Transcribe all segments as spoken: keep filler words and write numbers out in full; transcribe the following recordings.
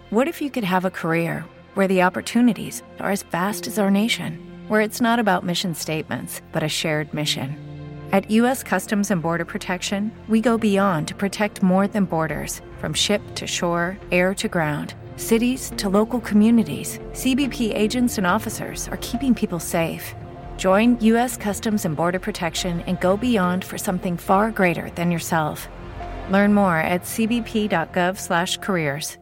What if you could have a career where the opportunities are as vast as our nation, where it's not about mission statements, but a shared mission? At U S Customs and Border Protection, we go beyond to protect more than borders. From ship to shore, air to ground, cities to local communities, C B P agents and officers are keeping people safe. Join U S Customs and Border Protection and go beyond for something far greater than yourself. Learn more at c b p dot gov slash careers.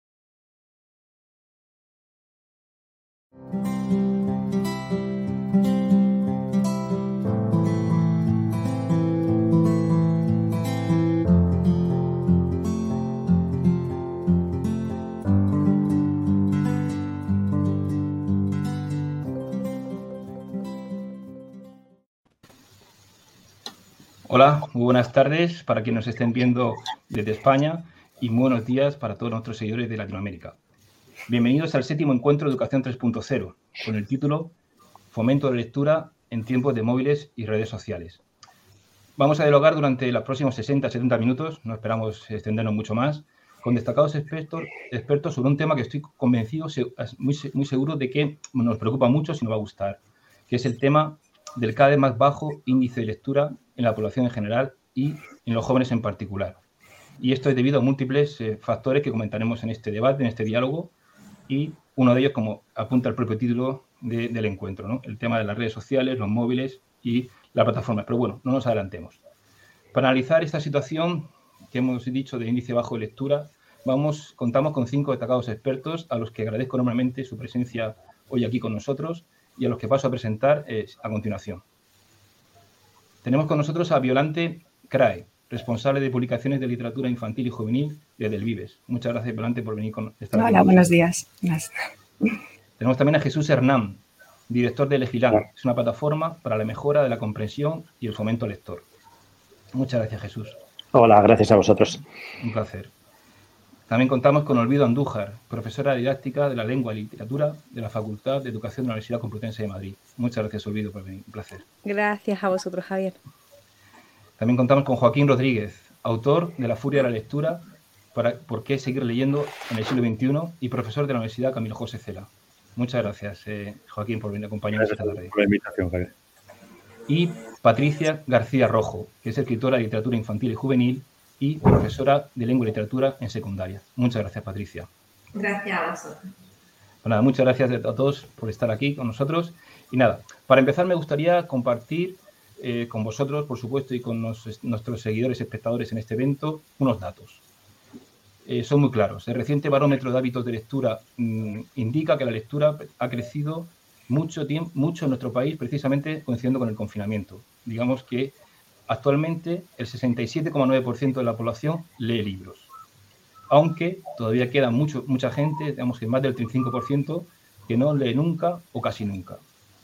Hola, muy buenas tardes para quienes nos estén viendo desde España y muy buenos días para todos nuestros seguidores de Latinoamérica. Bienvenidos al séptimo encuentro de Educación tres punto cero, con el título Fomento de la lectura en tiempos de móviles y redes sociales. Vamos a dialogar durante los próximos sesenta a setenta minutos, no esperamos extendernos mucho más, con destacados expertos, expertos sobre un tema que estoy convencido, muy, muy seguro de que nos preocupa mucho si nos va a gustar, que es el tema del cada vez más bajo índice de lectura en la población en general y en los jóvenes en particular. Y esto es debido a múltiples eh, factores que comentaremos en este debate, en este diálogo, y uno de ellos, como apunta el propio título de, del encuentro, ¿no? El tema de las redes sociales, los móviles y las plataformas. Pero bueno, no nos adelantemos. Para analizar esta situación que hemos dicho de índice bajo de lectura, vamos, contamos con cinco destacados expertos a los que agradezco enormemente su presencia hoy aquí con nosotros y a los que paso a presentar eh, a continuación. Tenemos con nosotros a Violante Crae, responsable de publicaciones de literatura infantil y juvenil desde el Vives. Muchas gracias, Violante, por venir con esta. Hola, buenos días. Gracias. Tenemos también a Jesús Hernán, director de Legilán. Es una plataforma para la mejora de la comprensión y el fomento lector. Muchas gracias, Jesús. Hola, gracias a vosotros. Un placer. También contamos con Olvido Andújar, profesora de didáctica de la lengua y literatura de la Facultad de Educación de la Universidad Complutense de Madrid. Muchas gracias, Olvido, por venir. Un placer. Gracias a vosotros, Javier. También contamos con Joaquín Rodríguez, autor de La Furia de la Lectura, para ¿Por qué seguir leyendo en el siglo veintiuno? Y profesor de la Universidad Camilo José Cela. Muchas gracias, eh, Joaquín, por venir a acompañarnos esta tarde. Por la invitación, Javier. Y Patricia García Rojo, que es escritora de literatura infantil y juvenil y profesora de lengua y literatura en secundaria. Muchas gracias, Patricia. Gracias a vosotros. Pues nada, muchas gracias a todos por estar aquí con nosotros. Y nada, para empezar me gustaría compartir eh, con vosotros, por supuesto, y con nos, nuestros seguidores y espectadores en este evento, unos datos. Eh, son muy claros. El reciente barómetro de hábitos de lectura mmm, indica que la lectura ha crecido mucho, tiempo, mucho en nuestro país, precisamente coincidiendo con el confinamiento. Digamos que actualmente el sesenta y siete coma nueve por ciento de la población lee libros, aunque todavía queda mucho, mucha gente, digamos que más del treinta y cinco por ciento, que no lee nunca o casi nunca.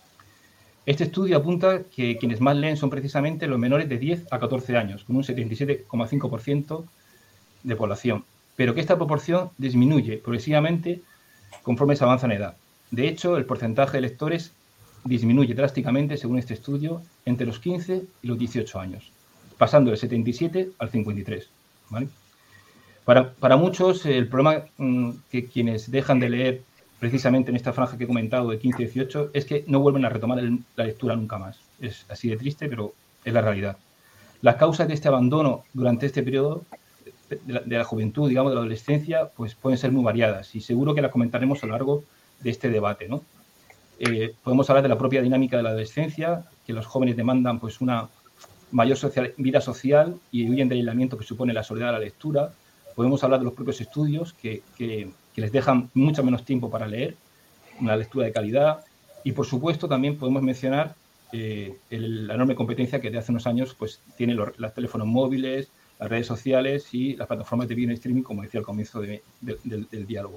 Este estudio apunta que quienes más leen son precisamente los menores de diez a catorce años, con un setenta y siete coma cinco por ciento de población, pero que esta proporción disminuye progresivamente conforme se avanza en edad. De hecho, el porcentaje de lectores disminuye drásticamente, según este estudio, entre los quince y los dieciocho años, pasando del setenta y siete al cincuenta y tres. ¿Vale? Para, para muchos, el problema mmm, que quienes dejan de leer precisamente en esta franja que he comentado de quince a dieciocho es que no vuelven a retomar el, la lectura nunca más. Es así de triste, pero es la realidad. Las causas de este abandono durante este periodo de la, de la juventud, digamos, de la adolescencia, pues pueden ser muy variadas y seguro que las comentaremos a lo largo de este debate, ¿no? Eh, podemos hablar de la propia dinámica de la adolescencia, que los jóvenes demandan pues una mayor social, vida social y huyen del aislamiento que supone la soledad de la lectura. Podemos hablar de los propios estudios que, que, que les dejan mucho menos tiempo para leer, una lectura de calidad. Y, por supuesto, también podemos mencionar eh, el, la enorme competencia que de hace unos años pues, tienen los, los teléfonos móviles, las redes sociales y las plataformas de video streaming, como decía al comienzo de, de, del, del diálogo.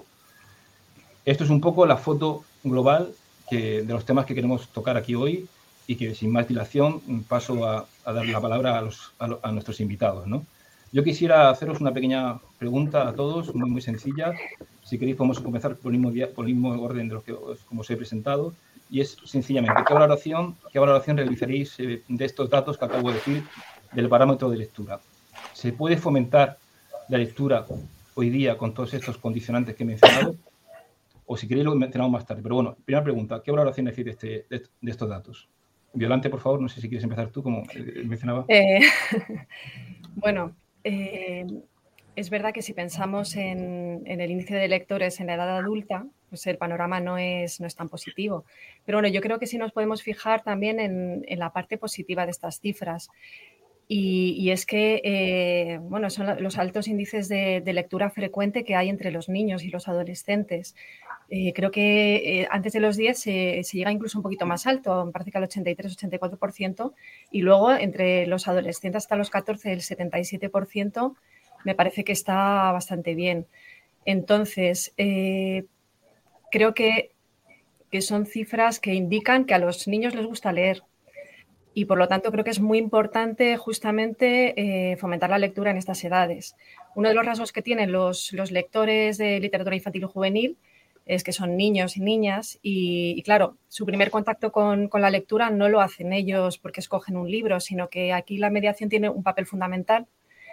Esto es un poco la foto global que, de los temas que queremos tocar aquí hoy y que, sin más dilación, paso a, a dar la palabra a, los, a, a nuestros invitados, ¿no? Yo quisiera haceros una pequeña pregunta a todos, muy, muy sencilla. Si queréis, podemos comenzar por el mismo, día, por el mismo orden de los que os, como os he presentado. Y es sencillamente, ¿qué valoración, qué valoración realizaréis eh, de estos datos que acabo de decir del parámetro de lectura? ¿Se puede fomentar la lectura hoy día con todos estos condicionantes que he mencionado? O si queréis lo mencionamos más tarde. Pero bueno, primera pregunta, ¿qué valoración hacéis de, este, de, de estos datos? Violante, por favor, no sé si quieres empezar tú, como mencionaba. Eh, bueno, eh, es verdad que si pensamos en, en el índice de lectores en la edad adulta, pues el panorama no es, no es tan positivo. Pero bueno, yo creo que sí nos podemos fijar también en, en la parte positiva de estas cifras. Y, y es que, eh, bueno, son los altos índices de, de lectura frecuente que hay entre los niños y los adolescentes. Eh, creo que eh, antes de los diez se, se llega incluso un poquito más alto, me parece que al ochenta y tres ochenta y cuatro por ciento, y luego entre los adolescentes hasta los catorce el setenta y siete por ciento me parece que está bastante bien. Entonces, eh, creo que, que son cifras que indican que a los niños les gusta leer. Y por lo tanto creo que es muy importante justamente eh, fomentar la lectura en estas edades. Uno de los rasgos que tienen los, los lectores de literatura infantil y juvenil es que son niños y niñas y, y claro, su primer contacto con, con la lectura no lo hacen ellos porque escogen un libro, sino que aquí la mediación tiene un papel fundamental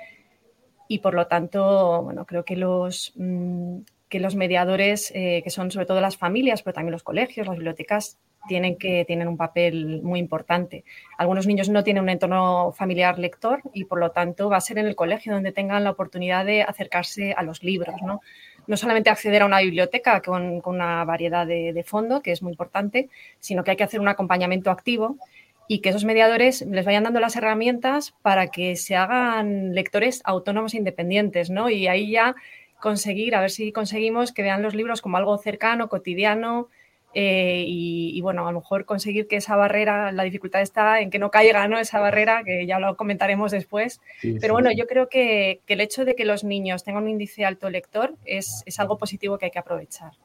y por lo tanto, bueno, creo que los, mmm, que los mediadores, eh, que son sobre todo las familias, pero también los colegios, las bibliotecas, tienen, que, tienen un papel muy importante. Algunos niños no tienen un entorno familiar lector y, por lo tanto, va a ser en el colegio donde tengan la oportunidad de acercarse a los libros, ¿no? No solamente acceder a una biblioteca con, con una variedad de, de fondo, que es muy importante, sino que hay que hacer un acompañamiento activo y que esos mediadores les vayan dando las herramientas para que se hagan lectores autónomos e independientes, ¿no? Y ahí ya conseguir, a ver si conseguimos que vean los libros como algo cercano, cotidiano, Eh, y, y bueno, a lo mejor conseguir que esa barrera, la dificultad está en que no caiga, ¿no? Esa barrera, que ya lo comentaremos después. Sí, Pero sí, bueno, sí. yo creo que, que el hecho de que los niños tengan un índice alto lector es, es algo positivo que hay que aprovechar.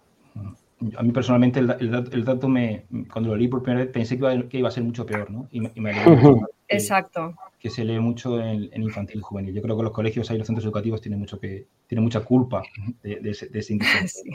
A mí personalmente el, el, dato, el dato me, cuando lo leí por primera vez pensé que iba, que iba a ser mucho peor, ¿no? Y, y me alegré mucho que, Exacto. que se lee mucho en, en infantil y juvenil. Yo creo que los colegios y los centros educativos tienen mucho que tienen mucha culpa de, de, ese, de ese índice. Sí.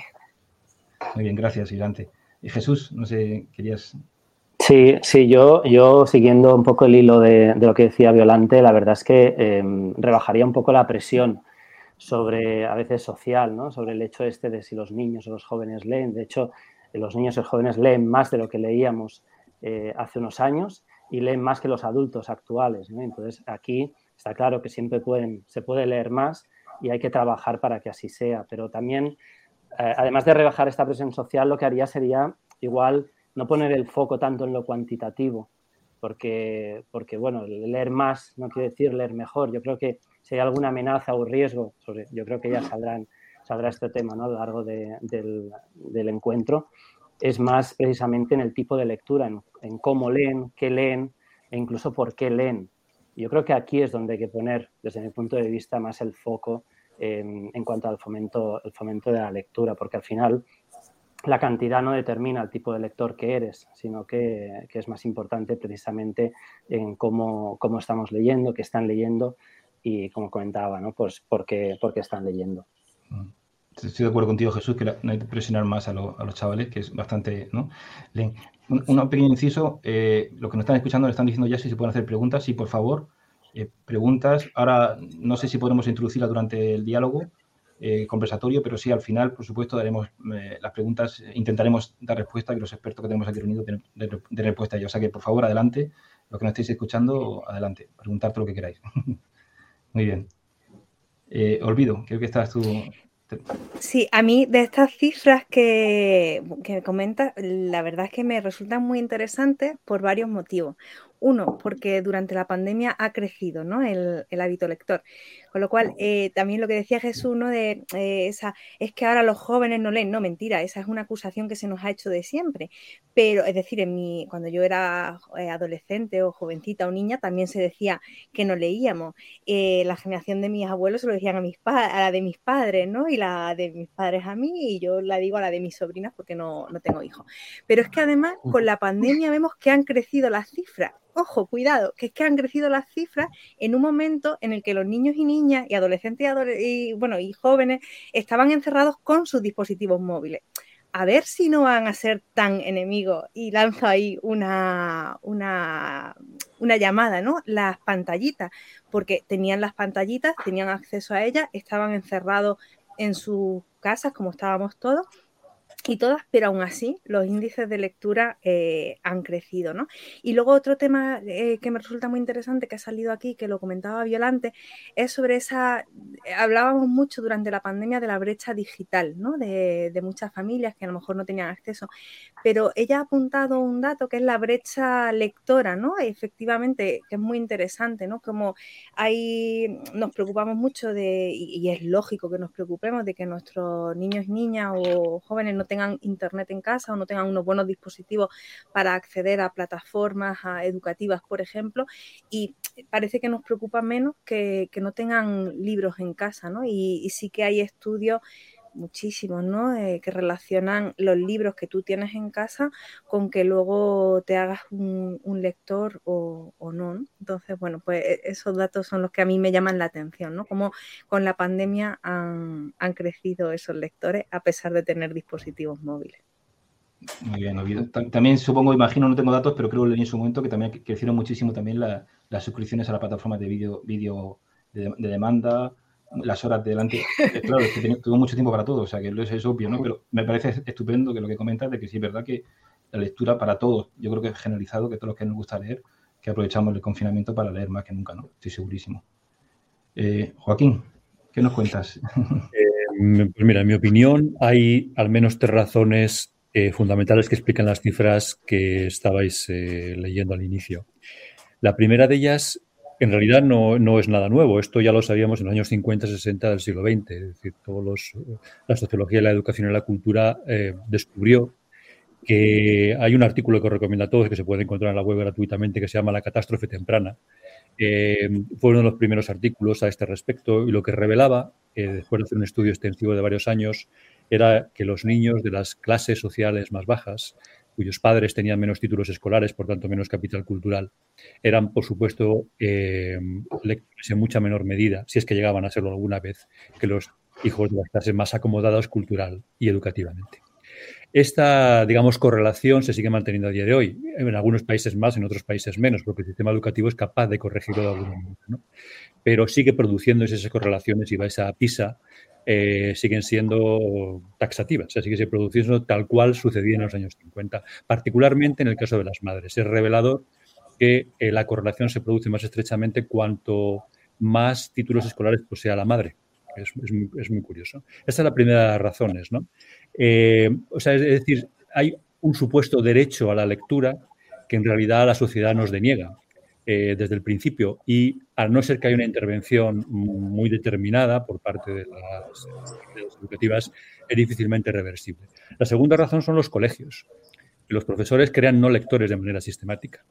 Muy bien, gracias, Violante. Y Jesús, no sé, querías... Sí, sí, yo, yo siguiendo un poco el hilo de, de lo que decía Violante, la verdad es que eh, rebajaría un poco la presión sobre, a veces social, ¿no? Sobre el hecho este de si los niños o los jóvenes leen. De hecho, los niños y los jóvenes leen más de lo que leíamos eh, hace unos años y leen más que los adultos actuales, ¿no? Entonces, aquí está claro que siempre pueden, se puede leer más y hay que trabajar para que así sea, pero también... Eh, además de rebajar esta presión social, lo que haría sería igual no poner el foco tanto en lo cuantitativo, porque, porque bueno, leer más no quiere decir leer mejor. Yo creo que si hay alguna amenaza o riesgo, sobre, yo creo que ya saldrán, saldrá este tema, ¿no? A lo largo de, del, del encuentro, es más precisamente en el tipo de lectura, en, en cómo leen, qué leen e incluso por qué leen. Yo creo que aquí es donde hay que poner, desde mi punto de vista, más el foco En, en cuanto al fomento, el fomento de la lectura, porque al final la cantidad no determina el tipo de lector que eres, sino que, que es más importante precisamente en cómo, cómo estamos leyendo, qué están leyendo y, como comentaba, ¿no? Pues por qué, por qué están leyendo. Estoy de acuerdo contigo, Jesús, que no hay que presionar más a, lo, a los chavales, que es bastante, ¿no? Leen. Un, un pequeño inciso, eh, los que nos están escuchando le están diciendo ya si se pueden hacer preguntas, sí, por favor. Eh, preguntas. Ahora no sé si podremos introducirlas durante el diálogo eh, conversatorio, pero sí al final, por supuesto, daremos eh, las preguntas, eh, intentaremos dar respuesta, que los expertos que tenemos aquí reunidos den, den, den respuesta a ellos. O sea que, por favor, adelante, los que nos estéis escuchando, adelante, preguntad todo lo que queráis. Muy bien. Eh, Olvido, creo que estás tú... Sí, a mí de estas cifras que, que comentas, la verdad es que me resultan muy interesantes por varios motivos. Uno, porque durante la pandemia ha crecido, ¿no? el, el hábito lector. Con lo cual, eh, también lo que decía Jesús, ¿no? De eh, esa, es que ahora los jóvenes no leen. No, mentira, esa es una acusación que se nos ha hecho de siempre. Pero, es decir, en mi, cuando yo era eh, adolescente o jovencita o niña, también se decía que no leíamos. Eh, la generación de mis abuelos se lo decían a, mis pa- a la de mis padres, ¿no? Y la de mis padres a mí, y yo la digo a la de mis sobrinas porque no, no tengo hijos. Pero es que además, con la pandemia vemos que han crecido las cifras. Ojo, cuidado, que es que han crecido las cifras en un momento en el que los niños y niñas y adolescentes y, adole- y, bueno, y jóvenes estaban encerrados con sus dispositivos móviles. A ver si no van a ser tan enemigos, y lanzo ahí una, una, una llamada, ¿no? Las pantallitas, porque tenían las pantallitas, tenían acceso a ellas, estaban encerrados en sus casas, como estábamos todos, y todas, pero aún así los índices de lectura eh, han crecido, ¿no? Y luego otro tema eh, que me resulta muy interesante, que ha salido aquí, que lo comentaba Violante, es sobre esa, hablábamos mucho durante la pandemia de la brecha digital, ¿no? De, de muchas familias que a lo mejor no tenían acceso, pero ella ha apuntado un dato que es la brecha lectora, ¿no? Efectivamente, que es muy interesante, ¿no? Como hay, nos preocupamos mucho de, y, y es lógico que nos preocupemos de que nuestros niños y niñas o jóvenes no tengan internet en casa o no tengan unos buenos dispositivos para acceder a plataformas a educativas, por ejemplo, y parece que nos preocupa menos que, que no tengan libros en casa, ¿no? Y, y sí que hay estudios muchísimos, ¿no? Eh, que relacionan los libros que tú tienes en casa con que luego te hagas un, un lector o, o no, ¿no? Entonces, bueno, pues esos datos son los que a mí me llaman la atención, ¿no? Como con la pandemia han, han crecido esos lectores a pesar de tener dispositivos móviles. Muy bien, Oviedo. También supongo, imagino, no tengo datos, pero creo que leí en su momento que también crecieron muchísimo también la, las suscripciones a las plataformas de vídeo vídeo de, de demanda, las horas de delante. Claro, es que tengo, tuvo mucho tiempo para todo, o sea, que eso es obvio, ¿no? Pero me parece estupendo que lo que comentas de que sí es verdad que la lectura para todos, yo creo que es generalizado, que todos los que nos gusta leer, que aprovechamos el confinamiento para leer más que nunca, ¿no? Estoy segurísimo. Eh, Joaquín, ¿qué nos cuentas? Eh, pues mira, en mi opinión, hay al menos tres razones eh, fundamentales que explican las cifras que estabais eh, leyendo al inicio. La primera de ellas, en realidad, no, no es nada nuevo. Esto ya lo sabíamos en los años cincuenta, sesenta del siglo veinte. Es decir, todos los, la sociología de la educación y la cultura eh, descubrió que hay un artículo que os recomiendo a todos, que se puede encontrar en la web gratuitamente, que se llama La catástrofe temprana. Eh, fue uno de los primeros artículos a este respecto y lo que revelaba, eh, después de hacer un estudio extensivo de varios años, era que los niños de las clases sociales más bajas, cuyos padres tenían menos títulos escolares, por tanto menos capital cultural, eran, por supuesto, eh, lectores en mucha menor medida, si es que llegaban a serlo alguna vez, que los hijos de las clases más acomodadas cultural y educativamente. Esta, digamos, correlación se sigue manteniendo a día de hoy. En algunos países más, en otros países menos, porque el sistema educativo es capaz de corregirlo de alguna manera, ¿no? Pero sigue produciéndose esas correlaciones y vais a PISA, eh, siguen siendo taxativas, o sea, sigue produciendo tal cual sucedía en los años cincuenta, particularmente en el caso de las madres. Es revelador que eh, la correlación se produce más estrechamente cuanto más títulos escolares posea la madre. Es, es, muy, es muy curioso. Esta es la primera de las razones, ¿no? Eh, o sea, es decir, hay un supuesto derecho a la lectura que en realidad la sociedad nos deniega eh, desde el principio y al no ser que haya una intervención muy determinada por parte de las autoridades educativas, es difícilmente reversible. La segunda razón son los colegios. Los profesores crean no lectores de manera sistemática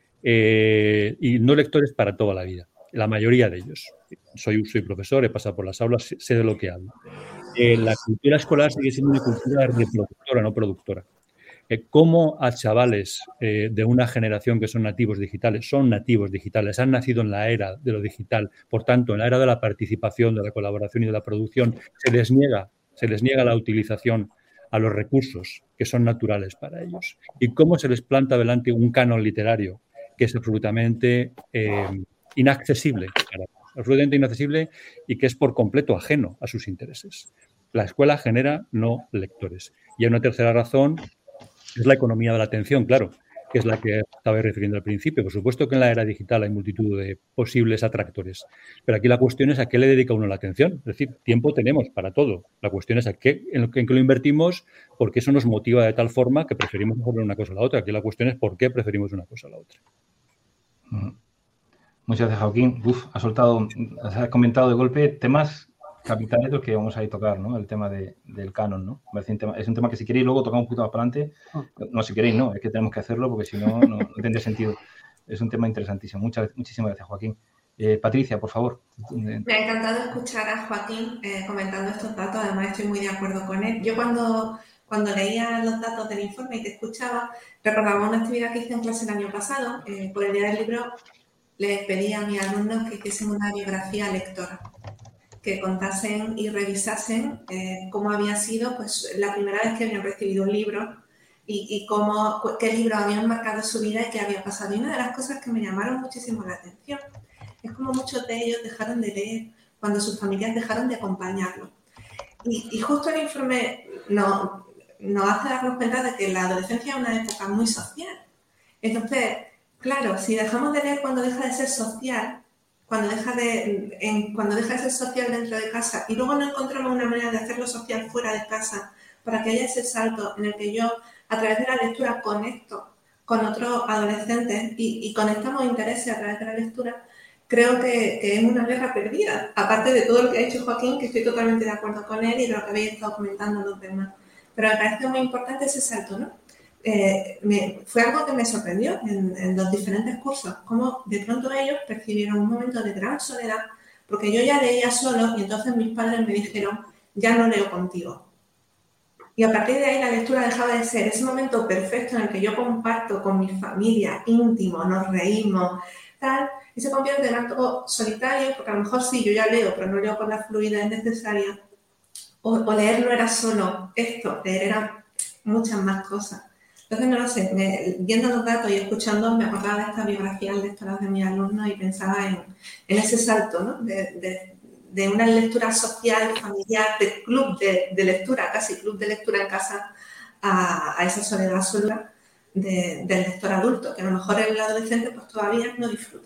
eh, y no lectores para toda la vida. La mayoría de ellos. Soy, soy profesor, he pasado por las aulas, sé de lo que hablo. Eh, la cultura escolar sigue siendo una cultura reproductora, no productora. Eh, ¿Cómo a chavales eh, de una generación que son nativos digitales, son nativos digitales, han nacido en la era de lo digital, por tanto, en la era de la participación, de la colaboración y de la producción, se les niega, se les niega la utilización a los recursos que son naturales para ellos? ¿Y cómo se les planta delante un canon literario que es absolutamente eh, inaccesible, absolutamente inaccesible y que es por completo ajeno a sus intereses? La escuela genera no lectores. Y hay una tercera razón, es la economía de la atención, claro, que es la que estaba refiriendo al principio. Por supuesto que en la era digital hay multitud de posibles atractores, pero aquí la cuestión es a qué le dedica uno la atención. Es decir, tiempo tenemos para todo. La cuestión es a qué, en, lo que, en qué lo invertimos, porque eso nos motiva de tal forma que preferimos mejor una cosa a la otra. Aquí la cuestión es por qué preferimos una cosa a la otra. Muchas gracias, Joaquín. Uf, has soltado, has comentado de golpe temas capitales de los que vamos a ir tocar, ¿no? El tema de, del canon, ¿no? Es un, tema, es un tema que si queréis luego tocamos un poquito más para adelante. No, si queréis, no, es que tenemos que hacerlo porque si no, no, no tendría sentido. Es un tema interesantísimo. Muchas, muchísimas gracias, Joaquín. Eh, Patricia, por favor. Me ha encantado escuchar a Joaquín eh, comentando estos datos, además estoy muy de acuerdo con él. Yo cuando, cuando leía los datos del informe y te escuchaba, recordaba una actividad que hice en clase el año pasado, eh, por el día del libro, les pedí a mis alumnos que hiciesen una biografía lectora, que contasen y revisasen eh, cómo había sido pues, la primera vez que habían recibido un libro y, y cómo, qué libros habían marcado su vida y qué había pasado. Y una de las cosas que me llamaron muchísimo la atención es como muchos de ellos dejaron de leer cuando sus familias dejaron de acompañarlos. y, y justo el informe nos, nos hace darnos cuenta de que la adolescencia es una época muy social. Entonces, claro, si dejamos de leer cuando deja de ser social, cuando deja de, en, cuando deja de ser social dentro de casa y luego no encontramos una manera de hacerlo social fuera de casa para que haya ese salto en el que yo, a través de la lectura, conecto con otros adolescentes y, y conectamos intereses a través de la lectura, creo que, que es una guerra perdida. Aparte de todo lo que ha dicho Joaquín, que estoy totalmente de acuerdo con él y de lo que habéis estado comentando los demás. Pero me parece muy importante ese salto, ¿no? Eh, me, fue algo que me sorprendió en, en los diferentes cursos, cómo de pronto ellos percibieron un momento de gran soledad, porque yo ya leía solo y entonces mis padres me dijeron, ya no leo contigo. Y a partir de ahí la lectura dejaba de ser ese momento perfecto en el que yo comparto con mi familia, íntimo, nos reímos, tal, y se convierte en algo solitario, porque a lo mejor sí, yo ya leo, pero no leo con la fluidez necesaria, o, o leer no era solo esto, leer era muchas más cosas. Entonces, no lo sé, me, viendo los datos y escuchando, me acordaba de estas biografías lectoras de mis alumnos y pensaba en, en ese salto, ¿no? De, de, de una lectura social, familiar, de club de, de lectura, casi club de lectura en casa, a, a esa soledad absoluta de, del lector adulto, que a lo mejor el adolescente pues todavía no disfruta.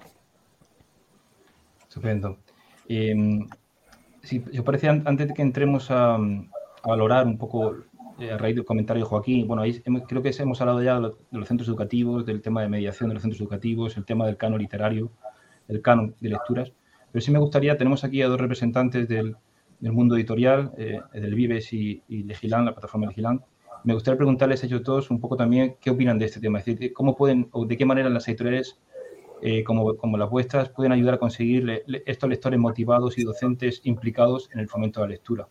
Estupendo. Eh, si os parece, antes de que entremos a, a valorar un poco, eh, a raíz del comentario de Joaquín, bueno, ahí hemos, creo que hemos hablado ya de los, de los centros educativos, del tema de mediación de los centros educativos, el tema del canon literario, el canon de lecturas, pero sí me gustaría, tenemos aquí a dos representantes del, del mundo editorial, eh, del Vives y, y Legilan, la plataforma Legilan. Me gustaría preguntarles a ellos dos un poco también qué opinan de este tema, es decir, cómo pueden o de qué manera las editoriales Eh, como, como las vuestras, pueden ayudar a conseguir le, le, estos lectores motivados y docentes implicados en el fomento de la lectura.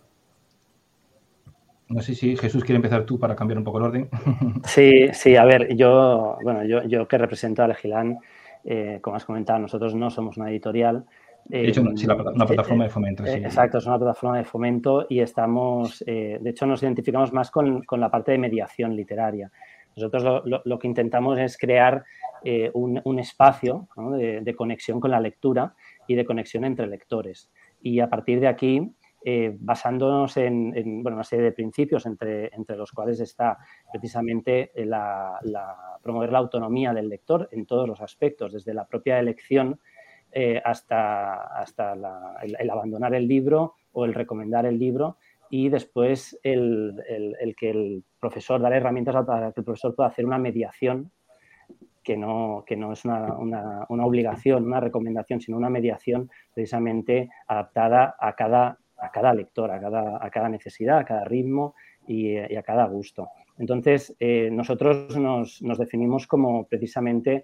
No sé si Jesús quiere empezar tú para cambiar un poco el orden. Sí, sí, a ver, yo, bueno, yo, yo que represento a Legilan, eh, como has comentado, nosotros no somos una editorial. Eh, de hecho, sí, la, una plataforma eh, de fomento. Sí. Exacto, es una plataforma de fomento y estamos, eh, de hecho, nos identificamos más con, con la parte de mediación literaria. Nosotros lo, lo, lo que intentamos es crear eh, un, un espacio, ¿no? de, de conexión con la lectura y de conexión entre lectores. Y a partir de aquí, eh, basándonos en, en bueno, una serie de principios entre, entre los cuales está precisamente la, la, promover la autonomía del lector en todos los aspectos, desde la propia elección eh, hasta, hasta la, el, el abandonar el libro o el recomendar el libro, y después el, el, el que el profesor, dar herramientas para que el profesor pueda hacer una mediación que no, que no es una, una, una obligación, una recomendación, sino una mediación precisamente adaptada a cada, a cada lector, a cada, a cada necesidad, a cada ritmo y, y a cada gusto. Entonces, eh, nosotros nos, nos definimos como precisamente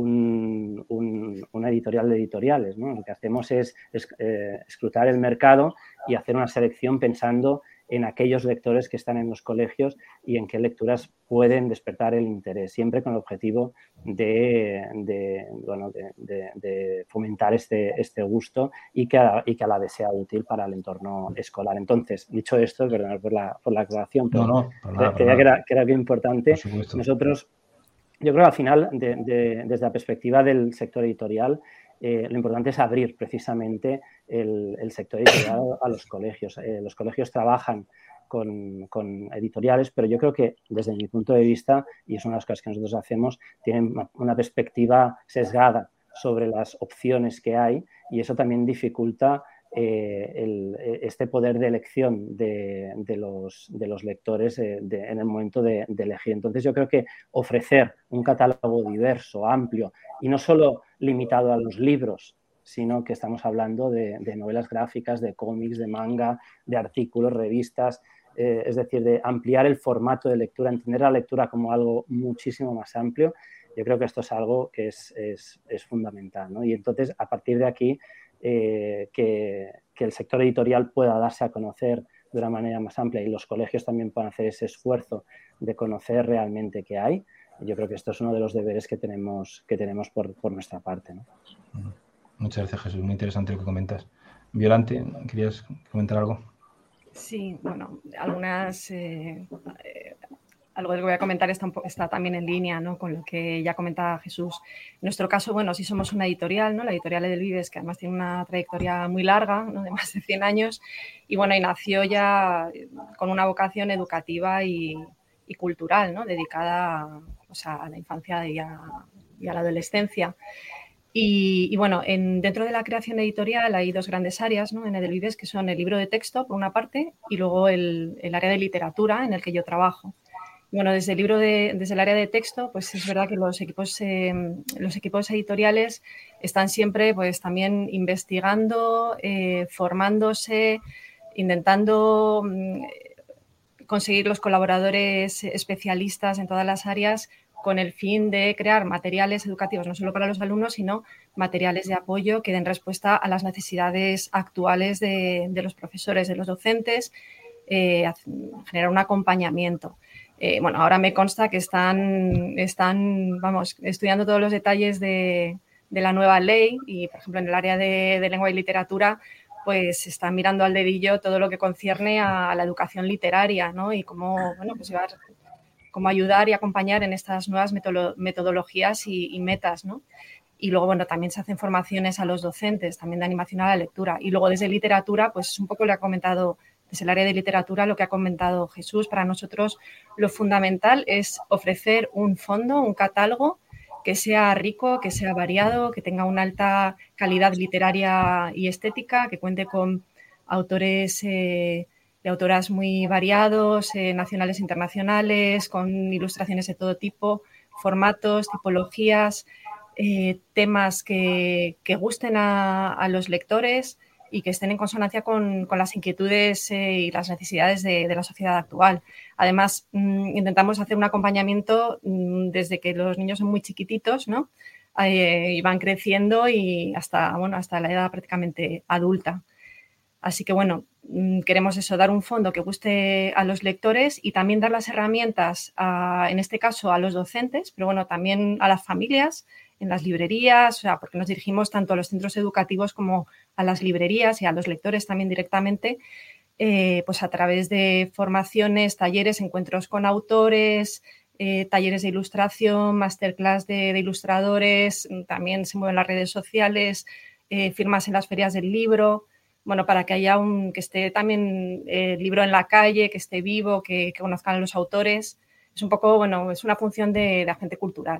un, un, una editorial de editoriales, ¿no? Lo que hacemos es, es eh, escrutar el mercado y hacer una selección pensando en aquellos lectores que están en los colegios y en qué lecturas pueden despertar el interés, siempre con el objetivo de, de, bueno, de, de, de fomentar este, este gusto y que, a, y que a la vez sea útil para el entorno escolar. Entonces, dicho esto, perdonad por la, por la aclaración, pero no, no, para nada, creía para que era, que era bien importante. Nosotros, yo creo que al final, de, de, desde la perspectiva del sector editorial, Eh, lo importante es abrir precisamente el, el sector editorial a los colegios. Eh, los colegios trabajan con, con editoriales, pero yo creo que desde mi punto de vista, y es una de las cosas que nosotros hacemos, tienen una perspectiva sesgada sobre las opciones que hay y eso también dificulta eh, el, este poder de elección de, de, los, de los lectores eh, de, en el momento de, de elegir. Entonces yo creo que ofrecer un catálogo diverso, amplio y no solo limitado a los libros, sino que estamos hablando de, de novelas gráficas, de cómics, de manga, de artículos, revistas, eh, es decir, de ampliar el formato de lectura, entender la lectura como algo muchísimo más amplio. Yo creo que esto es algo que es, es, es fundamental, ¿no? Y entonces, a partir de aquí, eh, que, que el sector editorial pueda darse a conocer de una manera más amplia y los colegios también puedan hacer ese esfuerzo de conocer realmente qué hay. Yo creo que esto es uno de los deberes que tenemos, que tenemos por, por nuestra parte, ¿no? Muchas gracias, Jesús. Muy interesante lo que comentas. Violante, ¿querías comentar algo? Sí, bueno, algunas... Eh, eh, algo de lo que voy a comentar está, un po- está también en línea, ¿no?, con lo que ya comentaba Jesús. En nuestro caso, bueno, sí somos una editorial, ¿no?, la editorial Edelvives, que además tiene una trayectoria muy larga, ¿no?, de más de cien años, y bueno, y nació ya con una vocación educativa y, y cultural, ¿no?, dedicada, o sea, a la infancia y a, y a la adolescencia. Y, y bueno, en, dentro de la creación editorial hay dos grandes áreas, ¿no?, en Edelvives, que son el libro de texto, por una parte, y luego el, el área de literatura, en el que yo trabajo. Bueno, desde el libro de, desde el área de texto, pues es verdad que los equipos, eh, los equipos editoriales están siempre, pues también investigando, eh, formándose, intentando mm, conseguir los colaboradores especialistas en todas las áreas con el fin de crear materiales educativos, no solo para los alumnos, sino materiales de apoyo que den respuesta a las necesidades actuales de, de los profesores, de los docentes, eh, generar un acompañamiento. Eh, bueno, ahora me consta que están, están vamos, estudiando todos los detalles de, de la nueva ley y, por ejemplo, en el área de, de lengua y literatura, pues están mirando al dedillo todo lo que concierne a, a la educación literaria, ¿no? Y cómo, bueno, pues llevar, cómo ayudar y acompañar en estas nuevas metodologías y, y metas, ¿no? Y luego, bueno, también se hacen formaciones a los docentes, también de animación a la lectura. Y luego desde literatura, pues un poco le ha comentado, desde el área de literatura, lo que ha comentado Jesús. Para nosotros lo fundamental es ofrecer un fondo, un catálogo que sea rico, que sea variado, que tenga una alta calidad literaria y estética, que cuente con autores eh, y autoras muy variados, eh, nacionales e internacionales, con ilustraciones de todo tipo, formatos, tipologías, eh, temas que, que gusten a, a los lectores y que estén en consonancia con, con las inquietudes eh, y las necesidades de, de la sociedad actual. Además, mmm, intentamos hacer un acompañamiento mmm, desde que los niños son muy chiquititos, ¿no? Eh, y van creciendo y hasta, bueno, hasta la edad prácticamente adulta. Así que, bueno, mmm, queremos eso, dar un fondo que guste a los lectores y también dar las herramientas, a, en este caso, a los docentes, pero bueno, también a las familias, en las librerías, o sea, porque nos dirigimos tanto a los centros educativos como a las librerías y a los lectores también directamente, eh, pues a través de formaciones, talleres, encuentros con autores, eh, talleres de ilustración, masterclass de, de ilustradores, también se mueven las redes sociales, eh, firmas en las ferias del libro, bueno, para que haya un, que esté también el eh, libro en la calle, que esté vivo, que, que conozcan a los autores. Es un poco, bueno, es una función de, de agente cultural.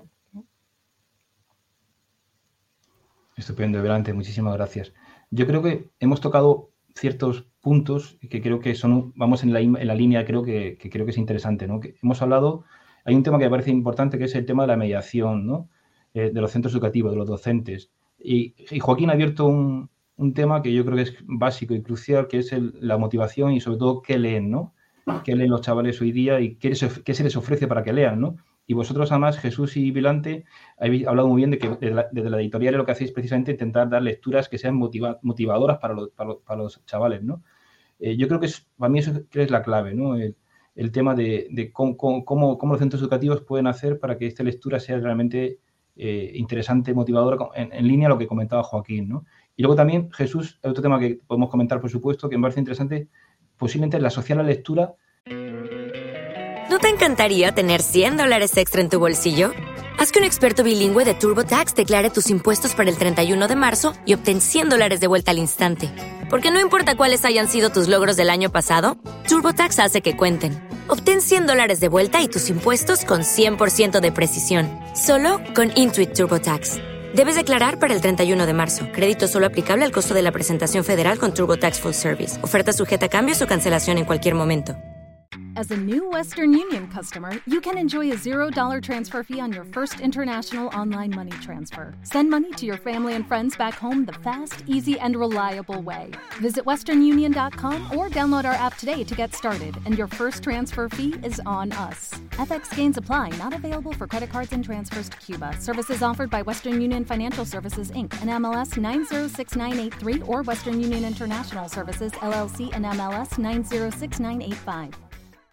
Estupendo, Violante, muchísimas gracias. Yo creo que hemos tocado ciertos puntos que creo que son, vamos en la, en la línea, creo que, que creo que es interesante, ¿no? Que hemos hablado, hay un tema que me parece importante, que es el tema de la mediación, ¿no? Eh, de los centros educativos, de los docentes. Y, y Joaquín ha abierto un, un tema que yo creo que es básico y crucial, que es el, la motivación y sobre todo qué leen, ¿no? Qué leen los chavales hoy día y qué, qué se les ofrece para que lean, ¿no? Y vosotros, además, Jesús y Violante, habéis hablado muy bien de que desde la, desde la editorial lo que hacéis precisamente es intentar dar lecturas que sean motiva, motivadoras para los, para, los, para los chavales, ¿no? Eh, yo creo que es, para mí eso es la clave, ¿no? El, el tema de, de cómo, cómo, cómo los centros educativos pueden hacer para que esta lectura sea realmente eh, interesante, motivadora, en, en línea a lo que comentaba Joaquín, ¿no? Y luego también, Jesús, otro tema que podemos comentar, por supuesto, que me parece interesante, posiblemente la asociar la lectura. ¿No te encantaría tener cien dólares extra en tu bolsillo? Haz que un experto bilingüe de TurboTax declare tus impuestos para el treinta y uno de marzo y obtén cien dólares de vuelta al instante. Porque no importa cuáles hayan sido tus logros del año pasado, TurboTax hace que cuenten. Obtén cien dólares de vuelta y tus impuestos con cien por ciento de precisión. Solo con Intuit TurboTax. Debes declarar para el treinta y uno de marzo. Crédito solo aplicable al costo de la presentación federal con TurboTax Full Service. Oferta sujeta a cambios o cancelación en cualquier momento. As a new Western Union customer, you can enjoy a zero dollar transfer fee on your first international online money transfer. Send money to your family and friends back home the fast, easy, and reliable way. Visit western union dot com or download our app today to get started, and your first transfer fee is on us. F X gains apply, not available for credit cards and transfers to Cuba. Services offered by Western Union Financial Services, Incorporated, and M L S nine zero six nine eight three, or Western Union International Services, L L C, and M L S nine zero six nine eight five.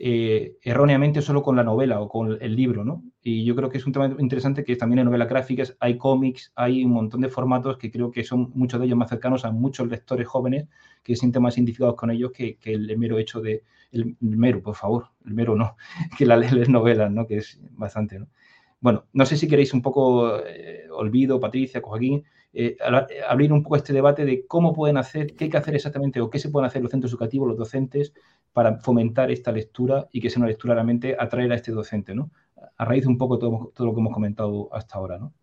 eh, erróneamente solo con la novela o con el libro, ¿no? Y yo creo que es un tema interesante que también hay novelas gráficas, hay cómics, hay un montón de formatos que creo que son muchos de ellos más cercanos a muchos lectores jóvenes que se sienten más identificados con ellos que, que el mero hecho de, el, el mero, por favor, el mero no, que la leer novelas, ¿no? Que es bastante, ¿no? Bueno, no sé si queréis un poco, eh, Olvido, Patricia, Joaquín, eh, abrir un poco este debate de cómo pueden hacer, qué hay que hacer exactamente o qué se pueden hacer los centros educativos, los docentes, para fomentar esta lectura y que sea una lectura realmente atraer a este docente, ¿no? A raíz de un poco todo, todo lo que hemos comentado hasta ahora, ¿no?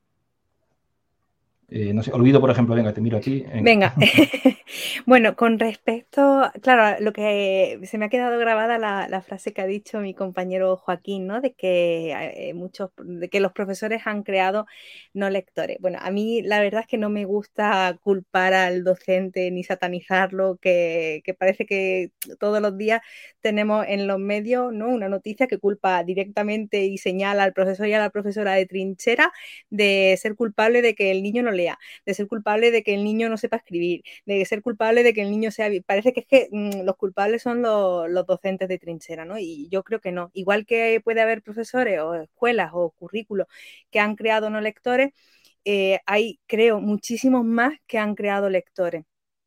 Eh, no sé, Olvido, por ejemplo, venga, te miro a ti. Venga, bueno, con respecto, claro, lo que se me ha quedado grabada la, la frase que ha dicho mi compañero Joaquín, ¿no? De que eh, muchos, de que los profesores han creado no lectores. Bueno, a mí la verdad es que no me gusta culpar al docente ni satanizarlo, que, que parece que todos los días tenemos en los medios, ¿no? Una noticia que culpa directamente y señala al profesor y a la profesora de trinchera de ser culpable de que el niño no lea, de ser culpable de que el niño no sepa escribir, de ser culpable de que el niño sea... Parece que es que mmm, los culpables son los, los docentes de trinchera, ¿no? Y yo creo que no. Igual que puede haber profesores o escuelas o currículos que han creado no lectores, eh, hay, creo, muchísimos más que han creado lectores.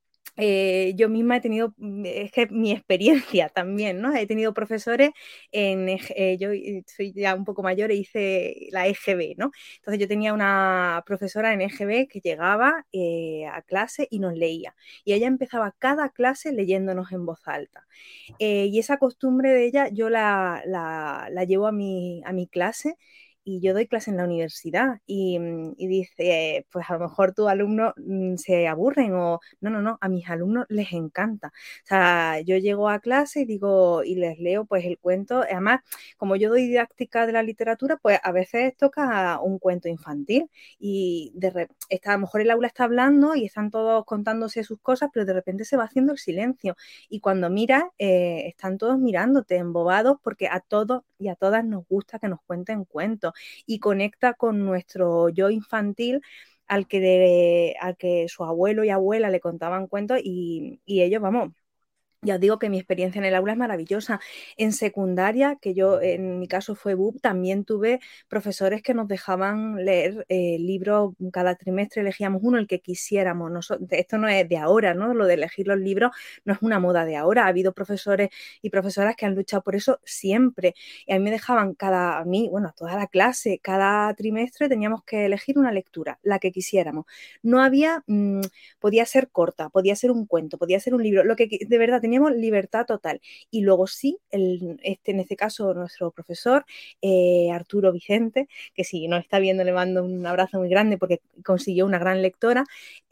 Eh, yo misma he tenido, es que mi experiencia también, ¿no? He tenido profesores en, eh, yo soy ya un poco mayor e hice la E G B, ¿no? Entonces yo tenía una profesora en E G B que llegaba eh, a clase y nos leía. Y ella empezaba cada clase leyéndonos en voz alta. Eh, y esa costumbre de ella yo la, la, la llevo a mi, a mi clase. Y yo doy clase en la universidad y, y dice, pues a lo mejor tus alumnos se aburren o no, no, no, a mis alumnos les encanta. O sea, yo llego a clase y digo, y les leo pues el cuento. Además, como yo doy didáctica de la literatura, pues a veces toca un cuento infantil y de re- está, a lo mejor el aula está hablando y están todos contándose sus cosas, pero de repente se va haciendo el silencio. Y cuando miras, eh, están todos mirándote, embobados, porque a todos y a todas nos gusta que nos cuenten cuentos. Y conecta con nuestro yo infantil al que, de, al que su abuelo y abuela le contaban cuentos y, y ellos, vamos, ya os digo que mi experiencia en el aula es maravillosa. En secundaria, que yo en mi caso fue B U P, también tuve profesores que nos dejaban leer eh, libros cada trimestre, elegíamos uno, el que quisiéramos. Nosotros, esto no es de ahora, ¿no? Lo de elegir los libros no es una moda de ahora. Ha habido profesores y profesoras que han luchado por eso siempre. Y a mí me dejaban cada, a mí, bueno, a toda la clase, cada trimestre teníamos que elegir una lectura, la que quisiéramos. No había, mmm, podía ser corta, podía ser un cuento, podía ser un libro, lo que de verdad tenía teníamos libertad total. Y luego sí, el, este, en este caso nuestro profesor, eh, Arturo Vicente, que si nos está viendo le mando un abrazo muy grande porque consiguió una gran lectora,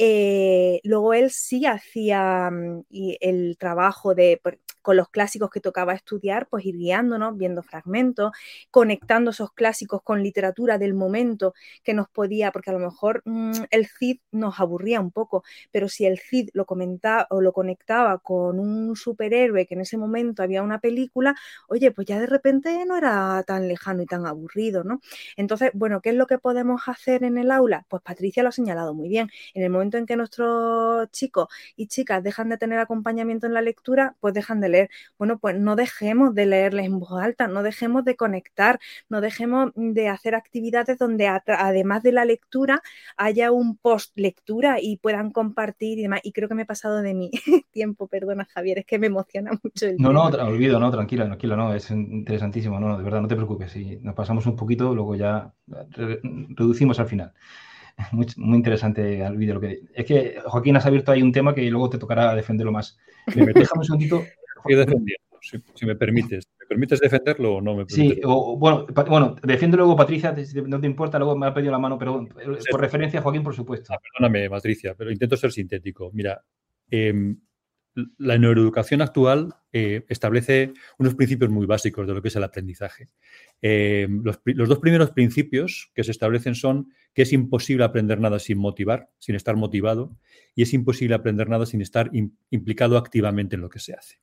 eh, luego él sí hacía um, el trabajo de... con los clásicos que tocaba estudiar, pues ir guiándonos, viendo fragmentos, conectando esos clásicos con literatura del momento que nos podía, porque a lo mejor mmm, el Cid nos aburría un poco, pero si el Cid lo comentaba o lo conectaba con un superhéroe que en ese momento había una película, oye, pues ya de repente no era tan lejano y tan aburrido, ¿no? Entonces, bueno, ¿qué es lo que podemos hacer en el aula? Pues Patricia lo ha señalado muy bien. En el momento en que nuestros chicos y chicas dejan de tener acompañamiento en la lectura, pues dejan de leer. Bueno, pues no dejemos de leerles en voz alta, no dejemos de conectar, no dejemos de hacer actividades donde además de la lectura haya un post lectura y puedan compartir y demás. Y creo que me he pasado de mi tiempo, perdona Javier, es que me emociona mucho el No, tema. no, olvido, no, tranquila, tranquila, no, es interesantísimo, no, de verdad, no te preocupes, si nos pasamos un poquito, luego ya re reducimos al final. Muy, muy interesante el vídeo. Lo que, es que, Joaquín, has abierto ahí un tema que luego te tocará defenderlo más. Déjame un segundito. Si, si me permites. ¿Me permites defenderlo o no me permites? Sí, o, bueno, pa, bueno, defiende luego, Patricia, si no te importa, luego me ha pedido la mano, pero por sí. referencia, Joaquín, por supuesto. Ah, perdóname, Patricia, pero intento ser sintético. Mira, eh, la neuroeducación actual eh, establece unos principios muy básicos de lo que es el aprendizaje. Eh, los, los dos primeros principios que se establecen son que es imposible aprender nada sin motivar, sin estar motivado, y es imposible aprender nada sin estar in, implicado activamente en lo que se hace.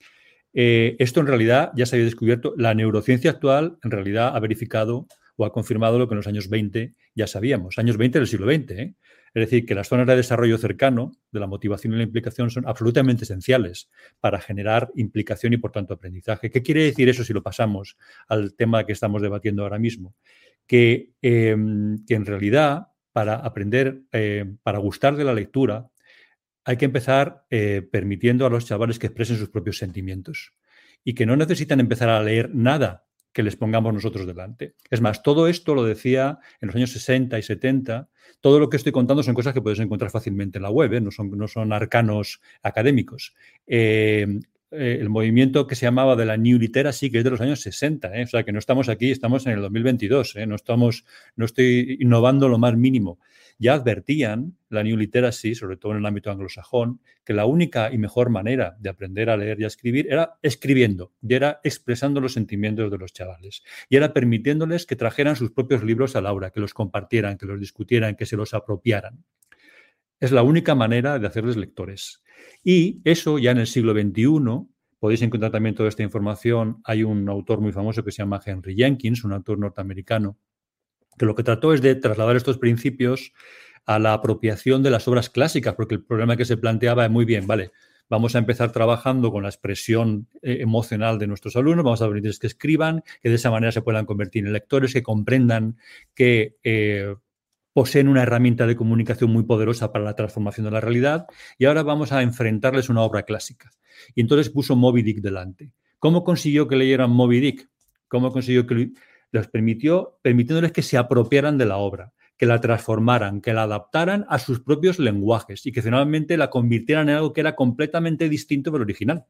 Eh, esto en realidad ya se había descubierto. La neurociencia actual en realidad ha verificado o ha confirmado lo que en los años veinte ya sabíamos. Años veinte del siglo veinte, ¿eh? Es decir, que las zonas de desarrollo cercano de la motivación y la implicación son absolutamente esenciales para generar implicación y, por tanto, aprendizaje. ¿Qué quiere decir eso si lo pasamos al tema que estamos debatiendo ahora mismo? Que, eh, que en realidad, para aprender, eh, para gustar de la lectura, hay que empezar eh, permitiendo a los chavales que expresen sus propios sentimientos y que no necesitan empezar a leer nada que les pongamos nosotros delante. Es más, todo esto lo decía en los años sesenta y setenta. Todo lo que estoy contando son cosas que puedes encontrar fácilmente en la web, ¿eh? no, son, no son arcanos académicos. Eh, eh, el movimiento que se llamaba de la New Literacy, que es de los años sesenta, ¿eh? O sea, que no estamos aquí, estamos en el dos mil veintidós, ¿eh? no, estamos, no estoy innovando lo más mínimo. Ya advertían la New Literacy, sobre todo en el ámbito anglosajón, que la única y mejor manera de aprender a leer y a escribir era escribiendo, y era expresando los sentimientos de los chavales, y era permitiéndoles que trajeran sus propios libros al aula, que los compartieran, que los discutieran, que se los apropiaran. Es la única manera de hacerles lectores. Y eso ya en el siglo veintiuno, podéis encontrar también toda esta información, hay un autor muy famoso que se llama Henry Jenkins, un autor norteamericano, que lo que trató es de trasladar estos principios a la apropiación de las obras clásicas, porque el problema que se planteaba es muy bien, vale, vamos a empezar trabajando con la expresión eh, emocional de nuestros alumnos, vamos a permitirles que escriban, que de esa manera se puedan convertir en lectores, que comprendan que eh, poseen una herramienta de comunicación muy poderosa para la transformación de la realidad, y ahora vamos a enfrentarles una obra clásica. Y entonces puso Moby Dick delante. ¿Cómo consiguió que leyeran Moby Dick? ¿Cómo consiguió que les permitió, permitiéndoles que se apropiaran de la obra, que la transformaran, que la adaptaran a sus propios lenguajes y que finalmente la convirtieran en algo que era completamente distinto del original?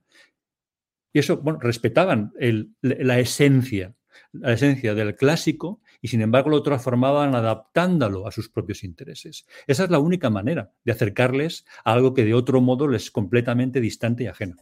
Y eso, bueno, respetaban el, la esencia, la esencia del clásico y, sin embargo, lo transformaban adaptándolo a sus propios intereses. Esa es la única manera de acercarles a algo que de otro modo les es completamente distante y ajeno.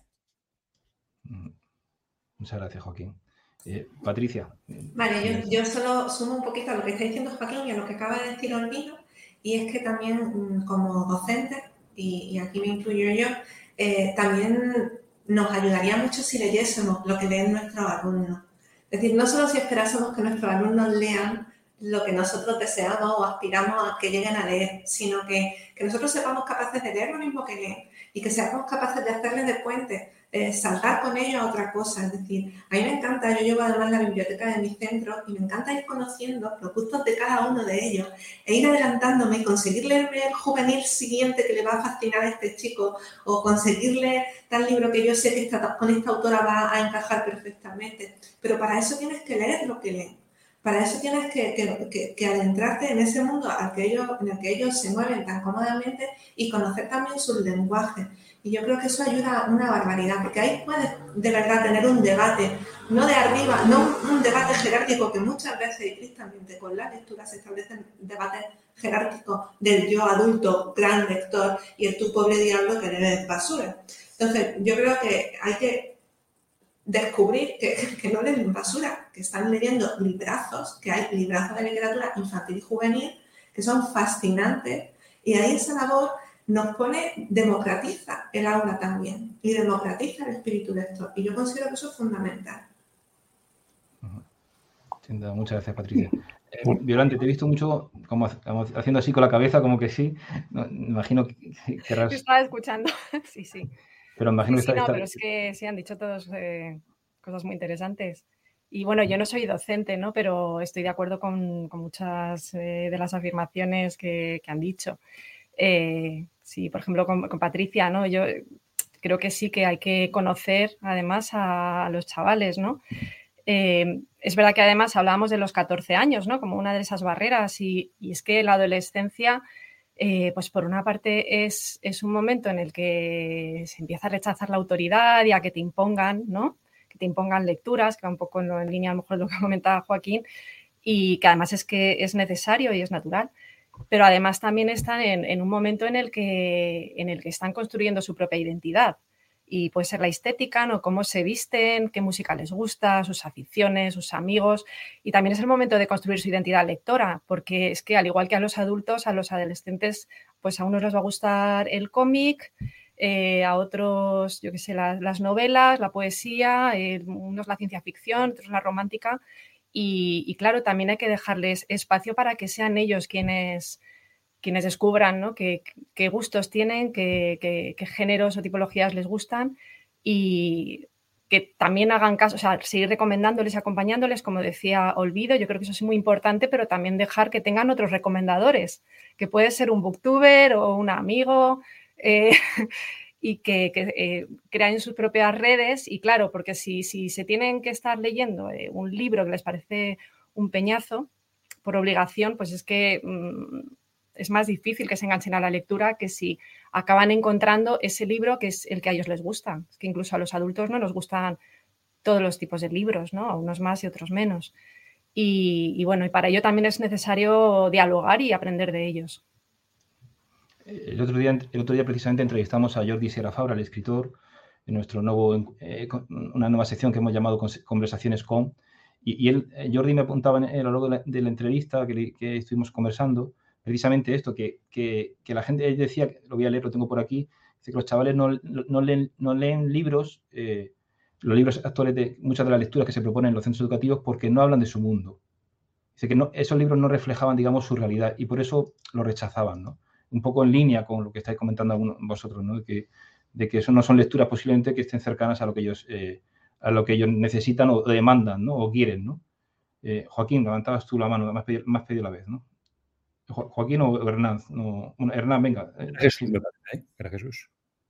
Muchas gracias, Joaquín. Eh, Patricia. Vale, yo, yo solo sumo un poquito a lo que está diciendo Joaquín y a lo que acaba de decir Olvino, y es que también como docentes, y, y aquí me incluyo yo, eh, también nos ayudaría mucho si leyésemos lo que leen nuestros alumnos. Es decir, no solo si esperásemos que nuestros alumnos lean lo que nosotros deseamos o aspiramos a que lleguen a leer, sino que, que nosotros sepamos capaces de leer lo mismo que leen y que seamos capaces de hacerles de puente, eh, saltar con ellos a otra cosa. Es decir, a mí me encanta, yo llevo además la biblioteca de mi centro y me encanta ir conociendo los gustos de cada uno de ellos e ir adelantándome y conseguir leerme el juvenil siguiente que le va a fascinar a este chico o conseguirle tal libro que yo sé que esta, con esta autora va a encajar perfectamente. Pero para eso tienes que leer lo que leen. Para eso tienes que, que, que, que adentrarte en ese mundo al que ellos, en el que ellos se mueven tan cómodamente y conocer también sus lenguajes. Y yo creo que eso ayuda una barbaridad, porque ahí puedes de verdad tener un debate, no de arriba, no un, un debate jerárquico que muchas veces, y tristemente con la lectura se establecen debates jerárquicos del yo adulto, gran lector, y el tú pobre diablo que eres basura. Entonces, yo creo que hay que descubrir que, que no leen basura, que están leyendo librazos, que hay librazos de literatura infantil y juvenil que son fascinantes, y ahí esa labor nos pone, democratiza el aula también y democratiza el espíritu lector, y yo considero que eso es fundamental. Uh-huh. Muchas gracias, Patricia. Eh, Violante, te he visto mucho como, como haciendo así con la cabeza, como que sí. No, me imagino que querrás... Yo estaba escuchando, sí, sí. Pero imagino sí, que sí, está, no, está... pero es que sí, han dicho todos eh, cosas muy interesantes. Y bueno, yo no soy docente, ¿no? Pero estoy de acuerdo con, con muchas eh, de las afirmaciones que, que han dicho. Eh, sí, por ejemplo, con, con Patricia, ¿no? Yo creo que sí que hay que conocer además a, a los chavales, ¿no? Eh, es verdad que además hablábamos de los catorce años, ¿no? Como una de esas barreras, y, y es que la adolescencia, eh, pues por una parte es, es un momento en el que se empieza a rechazar la autoridad y a que te impongan, ¿no? Que te impongan lecturas, que va un poco en, en línea a lo mejor de lo que comentaba Joaquín, y que además es que es necesario y es natural. Pero además también están en, en un momento en el, que, en el que están construyendo su propia identidad. Y puede ser la estética, ¿no? Cómo se visten, qué música les gusta, sus aficiones, sus amigos. Y también es el momento de construir su identidad lectora, porque es que al igual que a los adultos, a los adolescentes, pues a unos les va a gustar el cómic, eh, a otros, yo qué sé, las, las novelas, la poesía, eh, unos la ciencia ficción, otros la romántica. Y, y claro, también hay que dejarles espacio para que sean ellos quienes, quienes descubran, ¿no?, qué, qué gustos tienen, qué, qué, qué géneros o tipologías les gustan y que también hagan caso, o sea, seguir recomendándoles y acompañándoles, como decía Olvido, yo creo que eso es muy importante, pero también dejar que tengan otros recomendadores, que puede ser un booktuber o un amigo, eh, y que, que eh, crean sus propias redes. Y claro, porque si, si se tienen que estar leyendo eh, un libro que les parece un peñazo, por obligación, pues es que mmm, es más difícil que se enganchen a la lectura que si acaban encontrando ese libro que es el que a ellos les gusta. Es que incluso a los adultos no nos gustan todos los tipos de libros, ¿no? A unos más y otros menos. Y, y bueno, y para ello también es necesario dialogar y aprender de ellos. El otro día, el otro día precisamente entrevistamos a Jordi Sierra Fabra, el escritor, en nuestro nuevo, eh, una nueva sección que hemos llamado Conversaciones con, y, y él, Jordi me apuntaba en, a lo largo de la, de la entrevista que, que estuvimos conversando, precisamente esto, que, que, que la gente, él decía, lo voy a leer, lo tengo por aquí, dice que los chavales no, no, leen, no leen libros, eh, los libros actuales de muchas de las lecturas que se proponen en los centros educativos porque no hablan de su mundo. Dice que no, esos libros no reflejaban, digamos, su realidad y por eso lo rechazaban, ¿no? Un poco en línea con lo que estáis comentando algunos, vosotros, ¿no? De que, de que eso no son lecturas posiblemente que estén cercanas a lo que ellos, eh, a lo que ellos necesitan o demandan, ¿no? O quieren, ¿no? Eh, Joaquín, levantabas tú la mano, me has pedido, me has pedido la vez, ¿no? Jo, Joaquín o Hernán. No, bueno, Hernán, venga. Jesús, me parece, ¿eh? Era Jesús.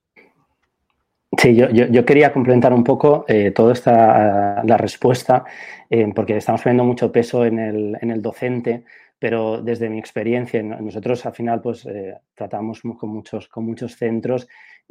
Sí, yo, yo, yo quería complementar un poco eh, toda esta la respuesta, eh, porque estamos poniendo mucho peso en el, en el docente, pero desde mi experiencia, nosotros al final pues eh, tratamos con muchos, con muchos centros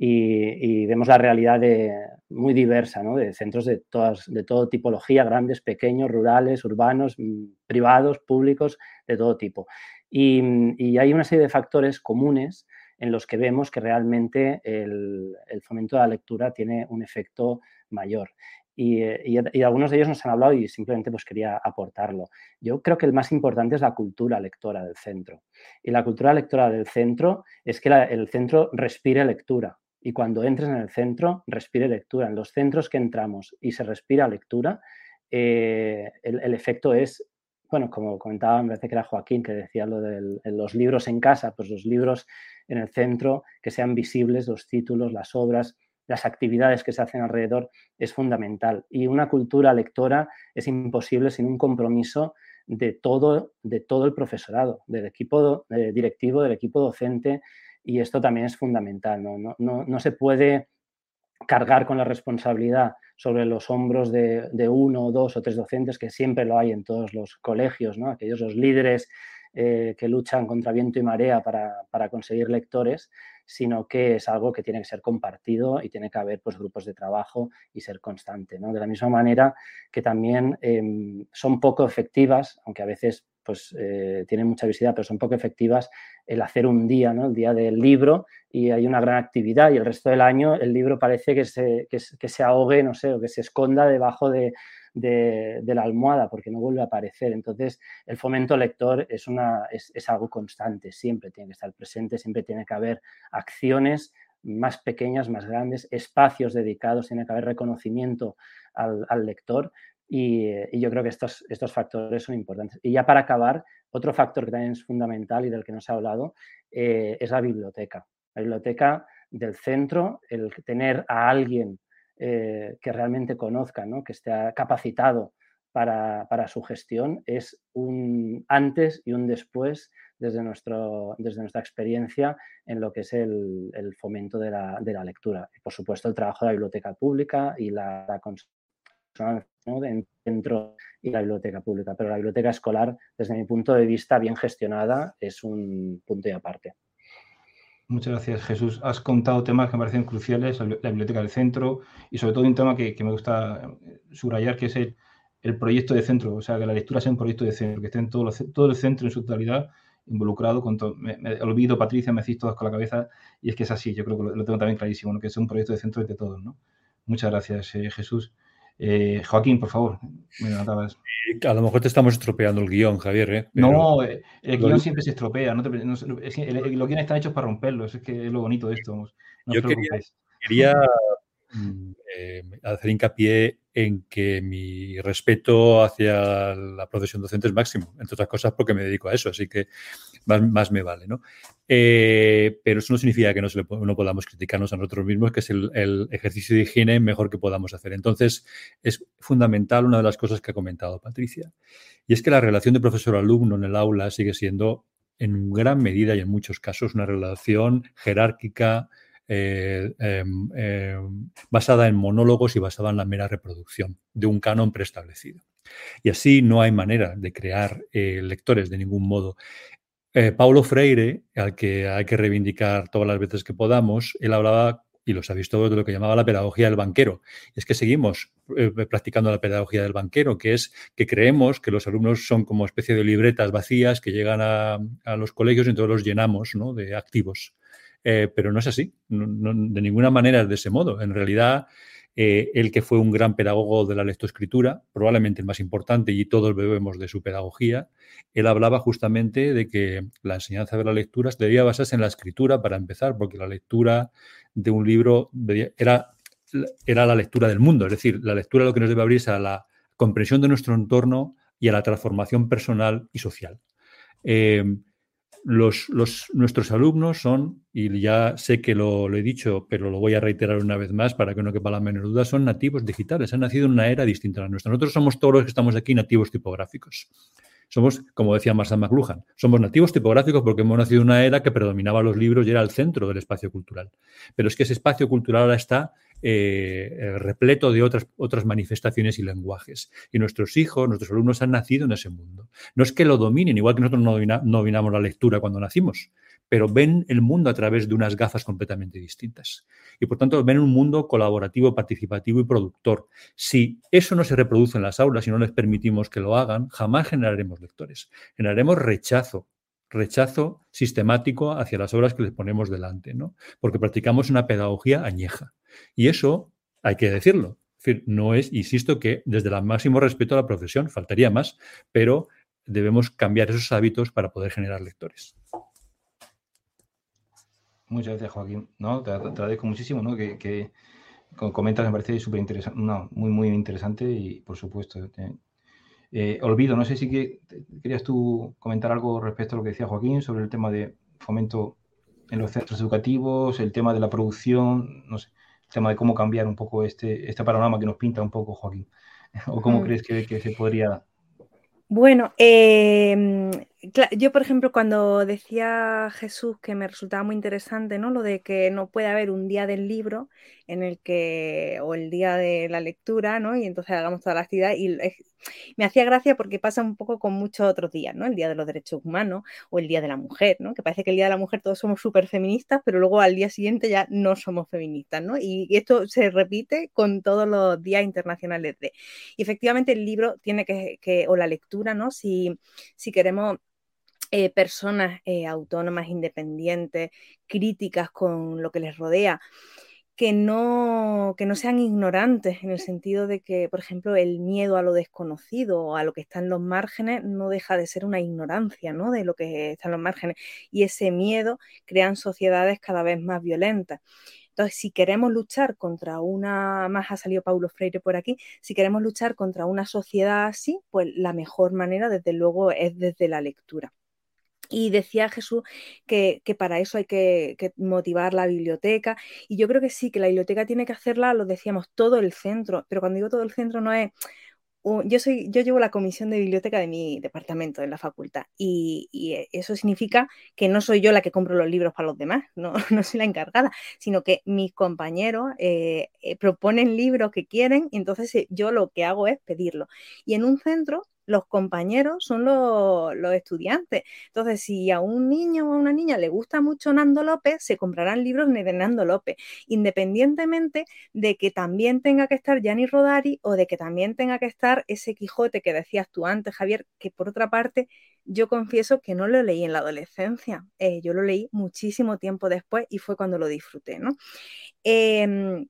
y, y vemos la realidad de, muy diversa, ¿no? De centros de, todas, de todo tipología, grandes, pequeños, rurales, urbanos, privados, públicos, de todo tipo. Y, y hay una serie de factores comunes en los que vemos que realmente el, el fomento de la lectura tiene un efecto mayor. Y, y, y algunos de ellos nos han hablado y simplemente pues quería aportarlo. Yo creo que el más importante es la cultura lectora del centro. Y la cultura lectora del centro es que la, el centro respire lectura. Y cuando entres en el centro, respire lectura. En los centros que entramos y se respira lectura, eh, el, el efecto es, bueno, como comentaba, me parece que era Joaquín que decía lo de los libros en casa, pues los libros en el centro, que sean visibles, los títulos, las obras, las actividades que se hacen alrededor, es fundamental. Y una cultura lectora es imposible sin un compromiso de todo, de todo el profesorado, del equipo eh, directivo, del equipo docente, y esto también es fundamental, ¿no? No, no, no se puede cargar con la responsabilidad sobre los hombros de, de uno, dos o tres docentes, que siempre lo hay en todos los colegios, ¿no? Aquellos los líderes eh, que luchan contra viento y marea para, para conseguir lectores, sino que es algo que tiene que ser compartido y tiene que haber pues, grupos de trabajo y ser constante, ¿no? De la misma manera que también eh, son poco efectivas, aunque a veces pues, eh, tienen mucha visibilidad, pero son poco efectivas el hacer un día, ¿no? El día del libro, y hay una gran actividad y el resto del año el libro parece que se, que, que se ahogue, no sé, o que se esconda debajo de, de, de la almohada porque no vuelve a aparecer. Entonces, el fomento lector es, una, es, es algo constante, siempre tiene que estar presente, siempre tiene que haber acciones más pequeñas, más grandes, espacios dedicados, tiene que haber reconocimiento al, al lector. Y, y yo creo que estos, estos factores son importantes. Y ya para acabar, otro factor que también es fundamental y del que no se ha hablado eh, es la biblioteca. La biblioteca del centro, el tener a alguien eh, que realmente conozca, ¿no? Que esté capacitado para, para su gestión, es un antes y un después desde, nuestro, desde nuestra experiencia en lo que es el, el fomento de la, de la lectura. Y, por supuesto, el trabajo de la biblioteca pública y la, la ¿no? dentro y la biblioteca pública, pero la biblioteca escolar, desde mi punto de vista, bien gestionada, es un punto y aparte. Muchas gracias, Jesús. Has contado temas que me parecen cruciales, la biblioteca del centro y sobre todo un tema que, que me gusta subrayar, que es el, el proyecto de centro, o sea, que la lectura sea un proyecto de centro, que esté en todo, todo el centro en su totalidad involucrado con todo. Me, me olvido, Patricia, me hacéis todas con la cabeza y es que es así, yo creo que lo, lo tengo también clarísimo, ¿no? Que es un proyecto de centro entre todos, ¿no? Muchas gracias, eh, Jesús. Eh, Joaquín, por favor, me levantabas. A lo mejor te estamos estropeando el guión, Javier. ¿eh? Pero... No, el guión siempre se estropea. No te, no, es que el, los guiones están hechos para romperlos. Es que es lo bonito de esto. No Yo quería, quería eh, hacer hincapié en que mi respeto hacia la profesión docente es máximo, entre otras cosas porque me dedico a eso, así que más, más me vale, ¿no? Eh, pero eso no significa que no, se le, no podamos criticarnos a nosotros mismos, que es el, el ejercicio de higiene mejor que podamos hacer. Entonces, es fundamental una de las cosas que ha comentado Patricia, y es que la relación de profesor-alumno en el aula sigue siendo, en gran medida y en muchos casos, una relación jerárquica, Eh, eh, eh, basada en monólogos y basada en la mera reproducción de un canon preestablecido. Y así no hay manera de crear eh, lectores de ningún modo. Eh, Paulo Freire, al que hay que reivindicar todas las veces que podamos, él hablaba, y los ha visto, de lo que llamaba la pedagogía del banquero. Es que seguimos eh, practicando la pedagogía del banquero, que es que creemos que los alumnos son como especie de libretas vacías que llegan a, a los colegios y entonces los llenamos, ¿no?, de activos. Eh, pero no es así, no, no, de ninguna manera es de ese modo. En realidad, eh, él, que fue un gran pedagogo de la lectoescritura, probablemente el más importante, y todos bebemos de su pedagogía, él hablaba justamente de que la enseñanza de la lectura debía basarse en la escritura para empezar, porque la lectura de un libro era, era la lectura del mundo, es decir, la lectura lo que nos debe abrirse a la comprensión de nuestro entorno y a la transformación personal y social. Eh, Los, los, nuestros alumnos son, y ya sé que lo, lo he dicho, pero lo voy a reiterar una vez más para que no quepa la menor duda, son nativos digitales, han nacido en una era distinta a la nuestra. Nosotros somos todos los que estamos aquí nativos tipográficos. Somos, como decía Marshall McLuhan, somos nativos tipográficos porque hemos nacido en una era que predominaba los libros y era el centro del espacio cultural. Pero es que ese espacio cultural ahora está eh, repleto de otras, otras manifestaciones y lenguajes. Y nuestros hijos, nuestros alumnos han nacido en ese mundo. No es que lo dominen, igual que nosotros no, domina, no dominamos la lectura cuando nacimos, pero ven el mundo a través de unas gafas completamente distintas. Y por tanto ven un mundo colaborativo, participativo y productor. Si eso no se reproduce en las aulas y no les permitimos que lo hagan, jamás generaremos lectores. Generaremos rechazo, rechazo sistemático hacia las obras que les ponemos delante, ¿no? Porque practicamos una pedagogía añeja. Y eso hay que decirlo. Es decir, no es, insisto, que desde el máximo respeto a la profesión, faltaría más, pero debemos cambiar esos hábitos para poder generar lectores. Muchas gracias, Joaquín. No, te, te agradezco muchísimo, ¿no? Que, que comentas, me parece súper interesante, no, muy, muy interesante y, por supuesto, eh, eh, olvido, no sé si que, querías tú comentar algo respecto a lo que decía Joaquín sobre el tema de fomento en los centros educativos, el tema de la producción, no sé, el tema de cómo cambiar un poco este, este panorama que nos pinta un poco Joaquín. ¿O cómo hmm. crees que, que se podría...? Bueno, eh, yo, por ejemplo, cuando decía Jesús que me resultaba muy interesante, ¿no?, lo de que no puede haber un día del libro en el que, o el día de la lectura, ¿no?, y entonces hagamos toda la actividad, y me hacía gracia porque pasa un poco con muchos otros días, ¿no?, el Día de los Derechos Humanos o el Día de la Mujer, ¿no?, que parece que el Día de la Mujer todos somos súper feministas, pero luego al día siguiente ya no somos feministas, ¿no?, y, y esto se repite con todos los días internacionales de... Y efectivamente el libro tiene que, que o la lectura, ¿no?, si, si queremos... Eh, personas eh, autónomas, independientes, críticas con lo que les rodea, que no, que no sean ignorantes, en el sentido de que, por ejemplo, el miedo a lo desconocido o a lo que está en los márgenes no deja de ser una ignorancia, ¿no?, de lo que está en los márgenes, y ese miedo crean sociedades cada vez más violentas. Entonces, si queremos luchar contra una, más ha salido Paulo Freire por aquí, si queremos luchar contra una sociedad así, pues la mejor manera, desde luego, es desde la lectura. Y decía Jesús que, que para eso hay que, que motivar la biblioteca, y yo creo que sí, que la biblioteca tiene que hacerla, lo decíamos, todo el centro, pero cuando digo todo el centro no es... Yo, soy, yo llevo la comisión de biblioteca de mi departamento en la facultad, y, y eso significa que no soy yo la que compro los libros para los demás, no, no soy la encargada, sino que mis compañeros eh, eh, proponen libros que quieren, y entonces eh, yo lo que hago es pedirlo. Y en un centro los compañeros son los, los estudiantes. Entonces, si a un niño o a una niña le gusta mucho Nando López, se comprarán libros de Nando López, independientemente de que también tenga que estar Gianni Rodari o de que también tenga que estar ese Quijote que decías tú antes, Javier, que por otra parte yo confieso que no lo leí en la adolescencia, eh, yo lo leí muchísimo tiempo después y fue cuando lo disfruté, ¿no? Eh,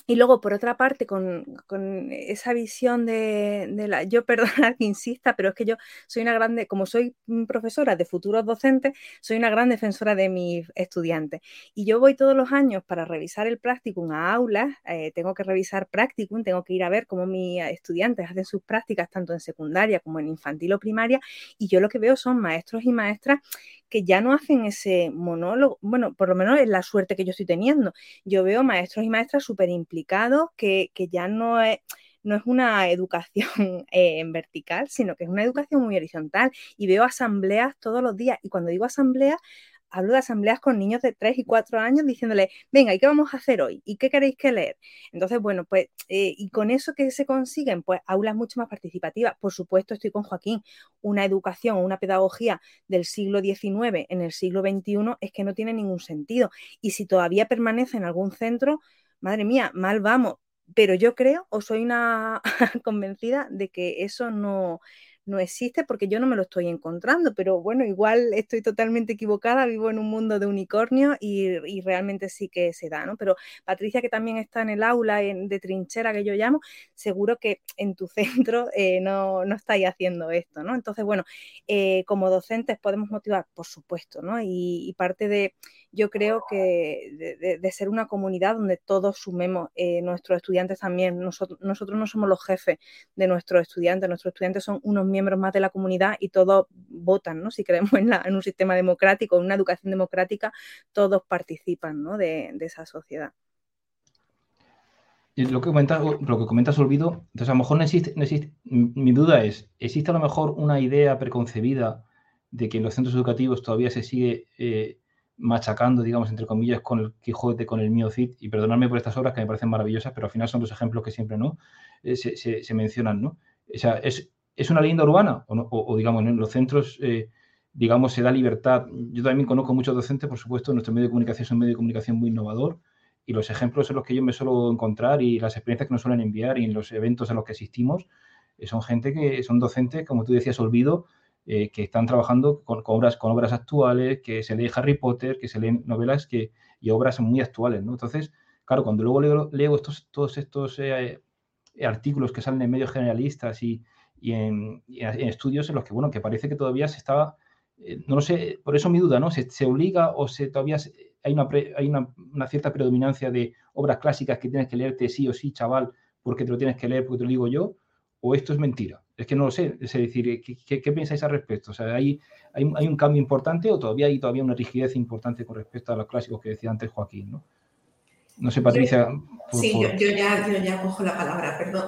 Y luego, por otra parte, con, con esa visión de, de la... Yo, perdona que insista, pero es que yo soy una grande... Como soy profesora de futuros docentes, soy una gran defensora de mis estudiantes. Y yo voy todos los años para revisar el practicum a aulas, eh, tengo que revisar practicum, tengo que ir a ver cómo mis estudiantes hacen sus prácticas tanto en secundaria como en infantil o primaria, y yo lo que veo son maestros y maestras que ya no hacen ese monólogo, bueno, por lo menos es la suerte que yo estoy teniendo. Yo veo maestros y maestras súper implicados, que, que ya no es, no es una educación eh, en vertical, sino que es una educación muy horizontal. Y veo asambleas todos los días. Y cuando digo asambleas, hablo de asambleas con niños de tres y cuatro años diciéndoles, venga, ¿y qué vamos a hacer hoy? ¿Y qué queréis que leer? Entonces, bueno, pues, eh, y con eso que se consiguen, pues aulas mucho más participativas. Por supuesto, estoy con Joaquín, una educación, una pedagogía del siglo diecinueve en el siglo veintiuno es que no tiene ningún sentido. Y si todavía permanece en algún centro, madre mía, mal vamos. Pero yo creo, o soy una convencida de que eso no... no existe porque yo no me lo estoy encontrando, pero bueno, igual estoy totalmente equivocada, vivo en un mundo de unicornios y, y realmente sí que se da, ¿no? Pero Patricia, que también está en el aula en, de trinchera que yo llamo, seguro que en tu centro eh, no, no estáis haciendo esto, ¿no? Entonces, bueno, eh, como docentes podemos motivar, por supuesto, ¿no? Y, y parte de, yo creo que de, de, de ser una comunidad donde todos sumemos, eh, nuestros estudiantes también, nosotros, nosotros no somos los jefes de nuestros estudiantes, nuestros estudiantes son unos miembros más de la comunidad y todos votan, ¿no? Si creemos en, la, en un sistema democrático, en una educación democrática, todos participan, ¿no? de, de esa sociedad. Y lo que comentas, lo que comentas Olvido, entonces a lo mejor no existe, no existe, mi duda es, ¿existe a lo mejor una idea preconcebida de que en los centros educativos todavía se sigue eh, machacando, digamos, entre comillas, con el Quijote, con el Mío Cid? Y perdonadme por estas obras que me parecen maravillosas, pero al final son dos ejemplos que siempre, ¿no? Eh, se, se, se mencionan, ¿no? O sea, ¿es, es una leyenda urbana? O, no, o, o digamos, en los centros, eh, digamos, se da libertad. Yo también conozco muchos docentes, por supuesto, nuestro medio de comunicación es un medio de comunicación muy innovador, y los ejemplos en los que yo me suelo encontrar y las experiencias que nos suelen enviar y en los eventos en los que asistimos, eh, son gente que son docentes, como tú decías, Olvido, eh, que están trabajando con, con, obras, con obras actuales, que se lee Harry Potter, que se leen novelas que, y obras muy actuales, ¿no? Entonces, claro, cuando luego leo, leo estos, todos estos eh, artículos que salen en medios generalistas y, y, en, y en estudios en los que, bueno, que parece que todavía se estaba, eh, no lo sé, por eso mi duda, ¿no? ¿Se, se obliga o se todavía... Se, hay, una, pre, hay una, una cierta predominancia de obras clásicas que tienes que leerte sí o sí, chaval, porque te lo tienes que leer, porque te lo digo yo, o esto es mentira? Es que no lo sé. Es decir, ¿qué, qué, qué pensáis al respecto? O sea, ¿hay, hay, ¿hay un cambio importante o todavía hay todavía una rigidez importante con respecto a los clásicos que decía antes Joaquín, ¿no? No sé, Patricia. Yo, por, sí, por... Yo, yo, ya, yo ya cojo la palabra, perdón.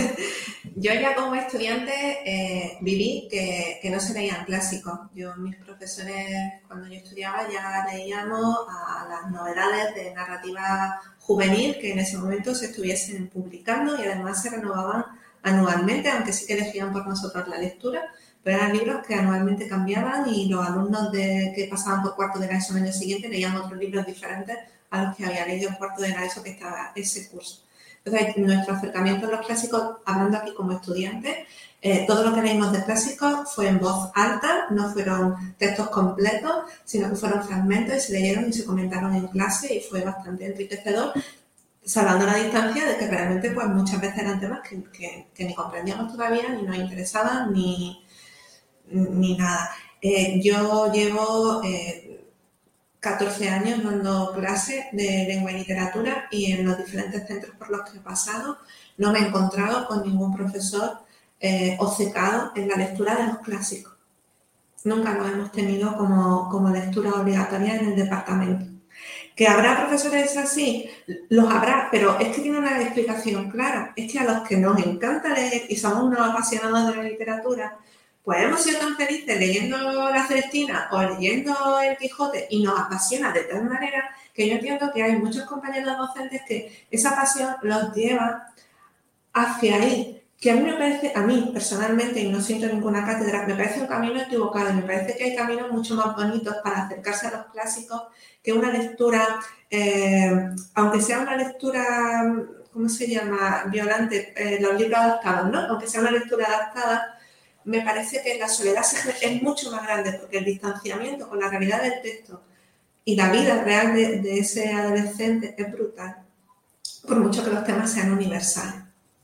Yo ya como estudiante eh, viví que, que no se leían clásicos. Yo, mis profesores, cuando yo estudiaba, ya leíamos a las novedades de narrativa juvenil que en ese momento se estuviesen publicando y además se renovaban anualmente, aunque sí que elegían por nosotros la lectura, pero eran libros que anualmente cambiaban y los alumnos de, que pasaban por cuarto de la ESO el año siguiente leían otros libros diferentes a los que había leído en cuarto de la ESO que estaba ese curso. Entonces, nuestro acercamiento a los clásicos, hablando aquí como estudiantes, eh, todo lo que leímos de clásicos fue en voz alta, no fueron textos completos, sino que fueron fragmentos y se leyeron y se comentaron en clase y fue bastante enriquecedor, salvando la distancia de que realmente pues muchas veces eran temas que, que, que ni comprendíamos todavía, ni nos interesaban, ni, ni nada. Eh, yo llevo... Eh, catorce años dando clases de lengua y literatura y en los diferentes centros por los que he pasado no me he encontrado con ningún profesor eh, obcecado en la lectura de los clásicos. Nunca lo hemos tenido como, como lectura obligatoria en el departamento. ¿Que habrá profesores así? Los habrá, pero es que tiene una explicación clara. Es que a los que nos encanta leer y somos unos apasionados de la literatura, pues hemos sido tan felices leyendo La Celestina o leyendo El Quijote y nos apasiona de tal manera que yo entiendo que hay muchos compañeros docentes que esa pasión los lleva hacia ahí. Que a mí me parece, a mí personalmente, y no siento ninguna cátedra, me parece un camino equivocado y me parece que hay caminos mucho más bonitos para acercarse a los clásicos que una lectura, eh, aunque sea una lectura, ¿cómo se llama? Violante, eh, los libros adaptados, ¿no? Aunque sea una lectura adaptada, me parece que la soledad es mucho más grande porque el distanciamiento con la realidad del texto y la vida real de, de ese adolescente es brutal. por mucho que los temas sean universales.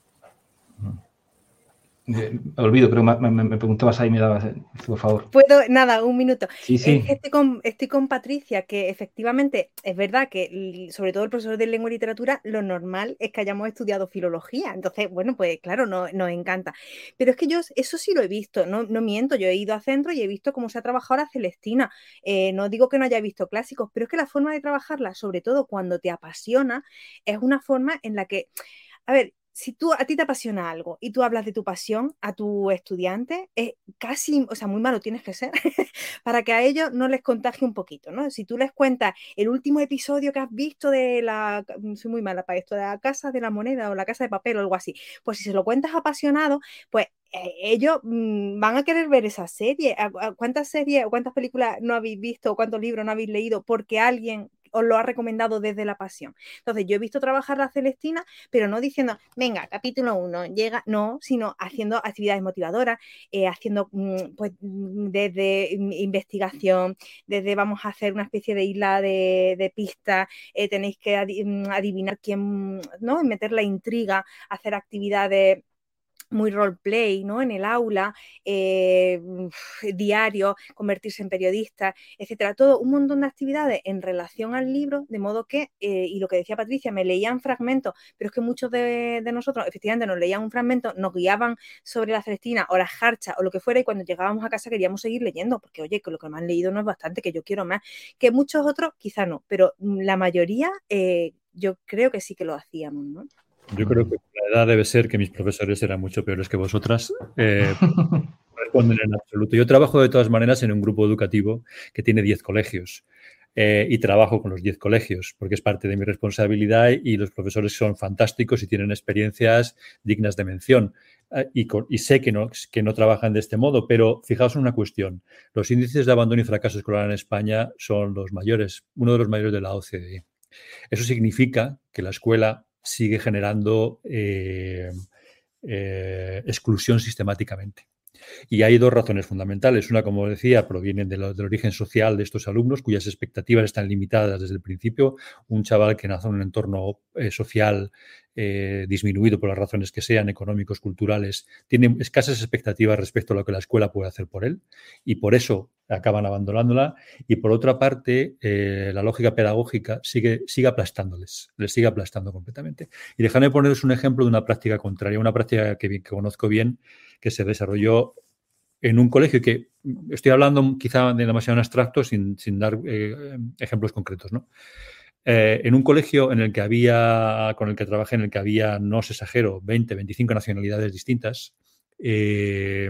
Me olvido, pero me, me, me preguntabas ahí, me dabas, por favor. Puedo, nada, un minuto. Sí, sí. Es que estoy con, estoy con Patricia, que efectivamente es verdad que, sobre todo el profesor de lengua y literatura, lo normal es que hayamos estudiado filología. Entonces, bueno, pues claro, no, nos encanta. Pero es que yo eso sí lo he visto, no, no miento, yo he ido a centro y he visto cómo se ha trabajado la Celestina. Eh, no digo que no haya visto clásicos, pero es que la forma de trabajarla, sobre todo cuando te apasiona, es una forma en la que, a ver, si tú, a ti te apasiona algo y tú hablas de tu pasión a tu estudiante, es casi, o sea, muy malo tienes que ser para que a ellos no les contagie un poquito, ¿no? Si tú les cuentas el último episodio que has visto de la, soy muy mala para esto, de la Casa de la Moneda o la Casa de Papel o algo así, pues si se lo cuentas apasionado, pues eh, ellos mmm, van a querer ver esa serie. ¿Cuántas series o cuántas películas no habéis visto o cuántos libros no habéis leído porque alguien os lo ha recomendado desde la pasión? Entonces, yo he visto trabajar la Celestina, pero no diciendo, venga, capítulo uno, llega, no, sino haciendo actividades motivadoras, eh, haciendo, pues, desde investigación, desde vamos a hacer una especie de isla de, de pistas, eh, tenéis que adivinar quién, ¿no? Meter la intriga, hacer actividades muy roleplay, ¿no? En el aula, eh, diario, convertirse en periodista, etcétera. Todo un montón de actividades en relación al libro, de modo que, eh, y lo que decía Patricia, me leían fragmentos, pero es que muchos de, de nosotros, efectivamente, nos leían un fragmento, nos guiaban sobre la Celestina o las jarchas o lo que fuera, y cuando llegábamos a casa queríamos seguir leyendo, porque, oye, que lo que me han leído no es bastante, que yo quiero más, que muchos otros quizá no, pero la mayoría eh, yo creo que sí que lo hacíamos, ¿no? Yo creo que la edad debe ser que mis profesores eran mucho peores que vosotras. Eh, no responden en absoluto. Yo trabajo de todas maneras en un grupo educativo que tiene diez colegios eh, y trabajo con los diez colegios porque es parte de mi responsabilidad y los profesores son fantásticos y tienen experiencias dignas de mención. Eh, y, con, y sé que no, que no trabajan de este modo, pero fijaos en una cuestión. Los índices de abandono y fracaso escolar en España son los mayores, uno de los mayores de la O C D E. Eso significa que la escuela sigue generando eh, eh, exclusión sistemáticamente. Y hay dos razones fundamentales. Una, como decía, provienen de lo, del origen social de estos alumnos, cuyas expectativas están limitadas desde el principio. Un chaval que nace en un entorno eh, social eh, disminuido por las razones que sean, económicos, culturales, tiene escasas expectativas respecto a lo que la escuela puede hacer por él y por eso acaban abandonándola. Y por otra parte, eh, la lógica pedagógica sigue, sigue aplastándoles, les sigue aplastando completamente. Y dejadme poneros un ejemplo de una práctica contraria, una práctica que, que conozco bien, que se desarrolló en un colegio que estoy hablando quizá de demasiado abstracto sin, sin dar eh, ejemplos concretos, ¿no? Eh, en un colegio en el que había, con el que trabajé, en el que había, no os exagero, veinte, veinticinco nacionalidades distintas, eh,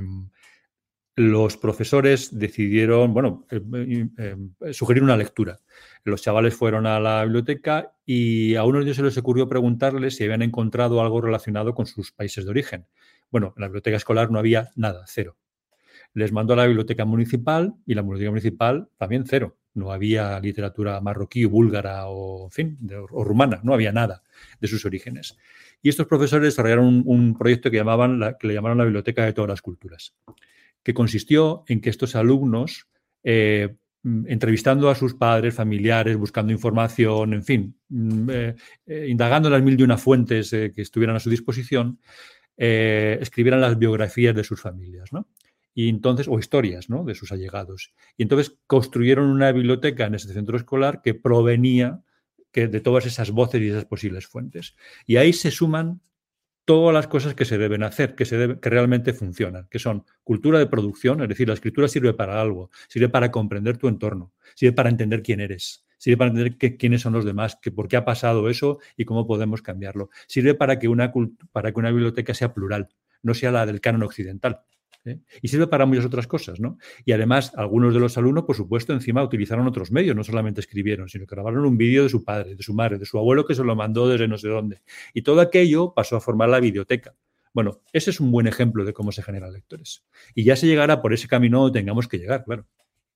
los profesores decidieron, bueno, eh, eh, sugerir una lectura. Los chavales fueron a la biblioteca y a uno de ellos se les ocurrió preguntarles si habían encontrado algo relacionado con sus países de origen. Bueno, en la biblioteca escolar no había nada, cero. Les mandó a la biblioteca municipal y la biblioteca municipal también cero. No había literatura marroquí o búlgara o, en fin, de, o rumana, no había nada de sus orígenes. Y estos profesores desarrollaron un, un proyecto que, llamaban la, que le llamaron la Biblioteca de Todas las Culturas, que consistió en que estos alumnos, eh, entrevistando a sus padres, familiares, buscando información, en fin, eh, eh, indagando en las mil y una fuentes eh, que estuvieran a su disposición, eh, escribieran las biografías de sus familias, ¿no? Y entonces, o historias, ¿no?, de sus allegados. Y entonces construyeron una biblioteca en ese centro escolar que provenía que, de todas esas voces y esas posibles fuentes. Y ahí se suman todas las cosas que se deben hacer, que, se debe, que realmente funcionan, que son cultura de producción, es decir, la escritura sirve para algo, sirve para comprender tu entorno, sirve para entender quién eres, sirve para entender que, quiénes son los demás, que por qué ha pasado eso y cómo podemos cambiarlo. Sirve para que una, para que una biblioteca sea plural, no sea la del canon occidental. ¿eh? Y sirve para muchas otras cosas, ¿no? Y además, algunos de los alumnos, por supuesto, encima utilizaron otros medios, no solamente escribieron, sino que grabaron un vídeo de su padre, de su madre, de su abuelo que se lo mandó desde no sé dónde. Y todo aquello pasó a formar la biblioteca. Bueno, ese es un buen ejemplo de cómo se generan lectores. Y ya se llegará por ese camino donde tengamos que llegar, claro.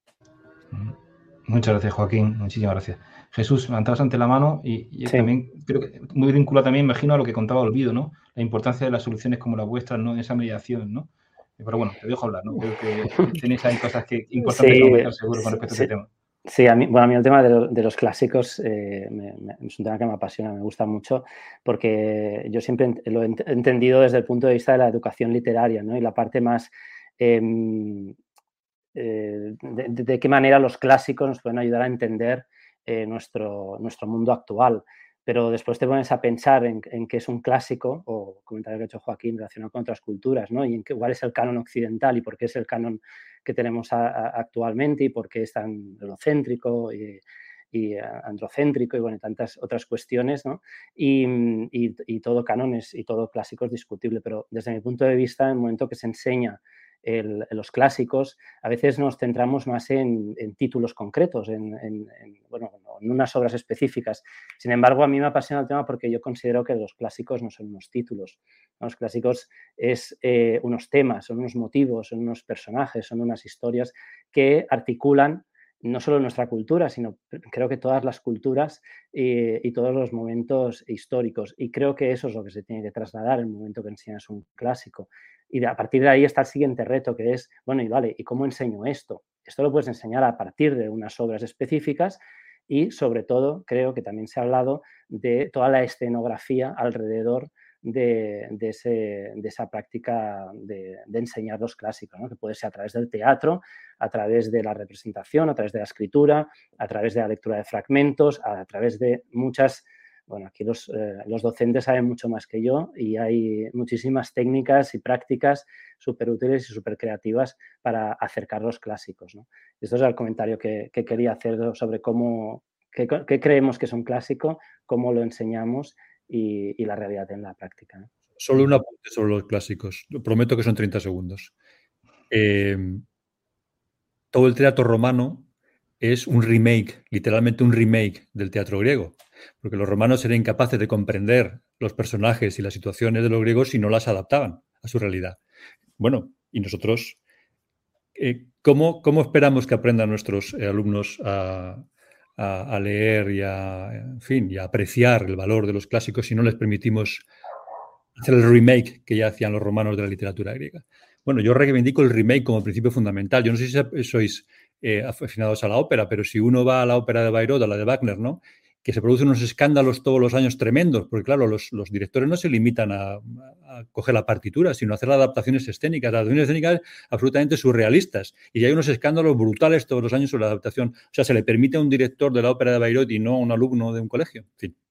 Muchas gracias, Joaquín. Muchísimas gracias. Jesús, levantabas ante la mano y, y sí. también creo que muy vinculado también, imagino, a lo que contaba Olvido, ¿no? La importancia de las soluciones como las vuestras, ¿no? En esa mediación, ¿no? Pero bueno, te dejo hablar, ¿no? Creo que tenéis ahí cosas que importantes sí, que comentar seguro con respecto sí, a este tema. Sí, a mí, bueno, a mí el tema de, lo, de los clásicos eh, me, me, es un tema que me apasiona, me gusta mucho, porque yo siempre lo he entendido desde el punto de vista de la educación literaria, ¿no? Y la parte más eh, eh, de, de qué manera los clásicos nos pueden ayudar a entender eh, nuestro, nuestro mundo actual. Pero después te pones a pensar en, en qué es un clásico, o comentario que ha hecho Joaquín relacionado con otras culturas, ¿no? Y en qué, cuál es el canon occidental y por qué es el canon que tenemos a, a, actualmente y por qué es tan eurocéntrico y, y androcéntrico y bueno, tantas otras cuestiones, ¿no? Y, y, y todo cánones y todo clásico es discutible, pero desde mi punto de vista, en el momento que se enseña El, los clásicos, a veces nos centramos más en, en títulos concretos, en, en, en, bueno, en unas obras específicas. Sin embargo, a mí me apasiona el tema porque yo considero que los clásicos no son unos títulos. Los clásicos es eh, unos temas, son unos motivos, son unos personajes, son unas historias que articulan no solo nuestra cultura, sino creo que todas las culturas y, y todos los momentos históricos. Y creo que eso es lo que se tiene que trasladar en el momento que enseñas un clásico. Y de, a partir de ahí está el siguiente reto, que es, bueno, y vale, ¿y cómo enseño esto? Esto lo puedes enseñar a partir de unas obras específicas y, sobre todo, creo que también se ha hablado de toda la escenografía alrededor de, de, ese, de esa práctica de, de enseñar los clásicos, ¿no? Que puede ser a través del teatro, a través de la representación, a través de la escritura, a través de la lectura de fragmentos, a través de muchas... Bueno, aquí los, eh, los docentes saben mucho más que yo y hay muchísimas técnicas y prácticas súper útiles y súper creativas para acercar los clásicos, ¿no? Esto es el comentario que, que quería hacer sobre cómo, qué, qué creemos que es un clásico, cómo lo enseñamos y, y la realidad en la práctica, ¿no? Solo un apunte sobre los clásicos. Prometo que son treinta segundos. Eh, todo el teatro romano es un remake, literalmente un remake del teatro griego, porque los romanos eran incapaces de comprender los personajes y las situaciones de los griegos si no las adaptaban a su realidad. Bueno, y nosotros, eh, ¿cómo, ¿cómo esperamos que aprendan nuestros eh, alumnos a, a, a leer y a, en fin, y a apreciar el valor de los clásicos si no les permitimos hacer el remake que ya hacían los romanos de la literatura griega? Bueno, yo reivindico el remake como principio fundamental. Yo no sé si sois eh, aficionados a la ópera, pero si uno va a la ópera de Bayreuth, a la de Wagner, ¿no?, que se producen unos escándalos todos los años tremendos, porque claro, los, los directores no se limitan a, a coger la partitura, sino a hacer adaptaciones escénicas, adaptaciones escénicas absolutamente surrealistas. Y hay unos escándalos brutales todos los años sobre la adaptación. O sea, se le permite a un director de la ópera de Bayreuth y no a un alumno de un colegio. En fin.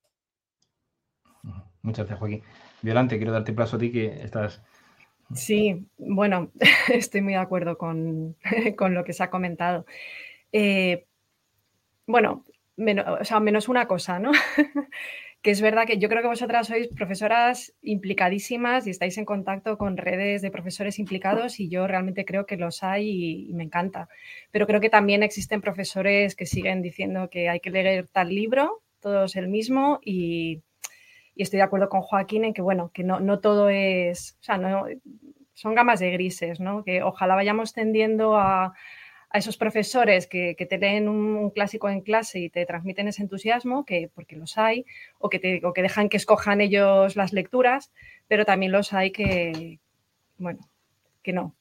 Muchas gracias, Joaquín. Violante, quiero darte paso a ti que estás... Sí, bueno, estoy muy de acuerdo con, con lo que se ha comentado. Eh, bueno, menos, o sea, menos una cosa, ¿no? Que es verdad que yo creo que vosotras sois profesoras implicadísimas y estáis en contacto con redes de profesores implicados y yo realmente creo que los hay y, y me encanta. Pero creo que también existen profesores que siguen diciendo que hay que leer tal libro, todos el mismo y... Y estoy de acuerdo con Joaquín en que, bueno, que no, no todo es... O sea, no, son gamas de grises, ¿no? Que ojalá vayamos tendiendo a, a esos profesores que, que te leen un, un clásico en clase y te transmiten ese entusiasmo, que, porque los hay, o que, te, o que dejan que escojan ellos las lecturas, pero también los hay que, bueno, que no.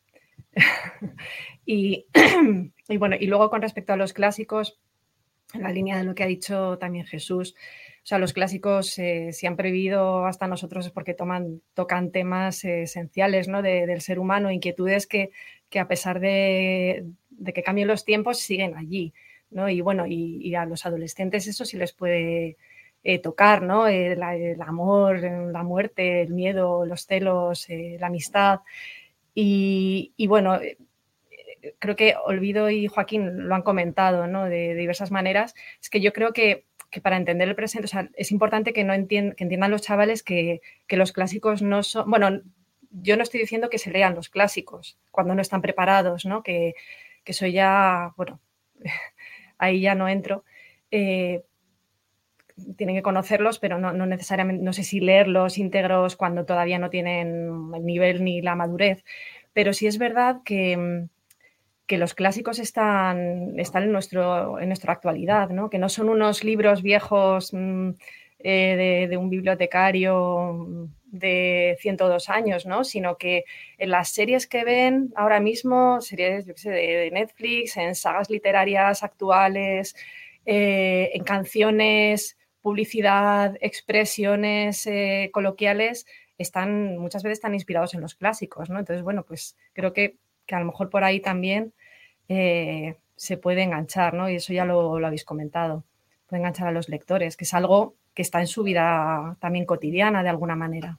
y, y bueno, y luego con respecto a los clásicos, en la línea de lo que ha dicho también Jesús, o sea, los clásicos, eh, si han prohibido hasta nosotros es porque toman, tocan temas eh, esenciales, ¿no?, de, del ser humano, inquietudes que, que a pesar de, de que cambien los tiempos siguen allí, ¿no? Y bueno, y, y a los adolescentes eso sí les puede eh, tocar, ¿no? El, el amor, la muerte, el miedo, los celos, eh, la amistad. Y, y bueno, eh, creo que Olvido y Joaquín lo han comentado, ¿no?, de, de diversas maneras. Es que yo creo que que para entender el presente, o sea, es importante que, no entiendan, que entiendan los chavales que, que los clásicos no son... Bueno, yo no estoy diciendo que se lean los clásicos cuando no están preparados, ¿no? Que, que eso ya, bueno, ahí ya no entro. Eh, tienen que conocerlos, pero no, no necesariamente, no sé si leerlos íntegros cuando todavía no tienen el nivel ni la madurez, pero sí es verdad que... que los clásicos están, están en, nuestro, en nuestra actualidad, ¿no? Que no son unos libros viejos mmm, eh, de, de un bibliotecario de ciento dos años, ¿no? Sino que en las series que ven ahora mismo, series yo qué sé, de Netflix, en sagas literarias actuales, eh, en canciones, publicidad, expresiones eh, coloquiales, están muchas veces están inspirados en los clásicos, ¿no? Entonces, bueno, pues creo que, que a lo mejor por ahí también eh, se puede enganchar, ¿no? Y eso ya lo, lo habéis comentado. Puede enganchar a los lectores, que es algo que está en su vida también cotidiana de alguna manera.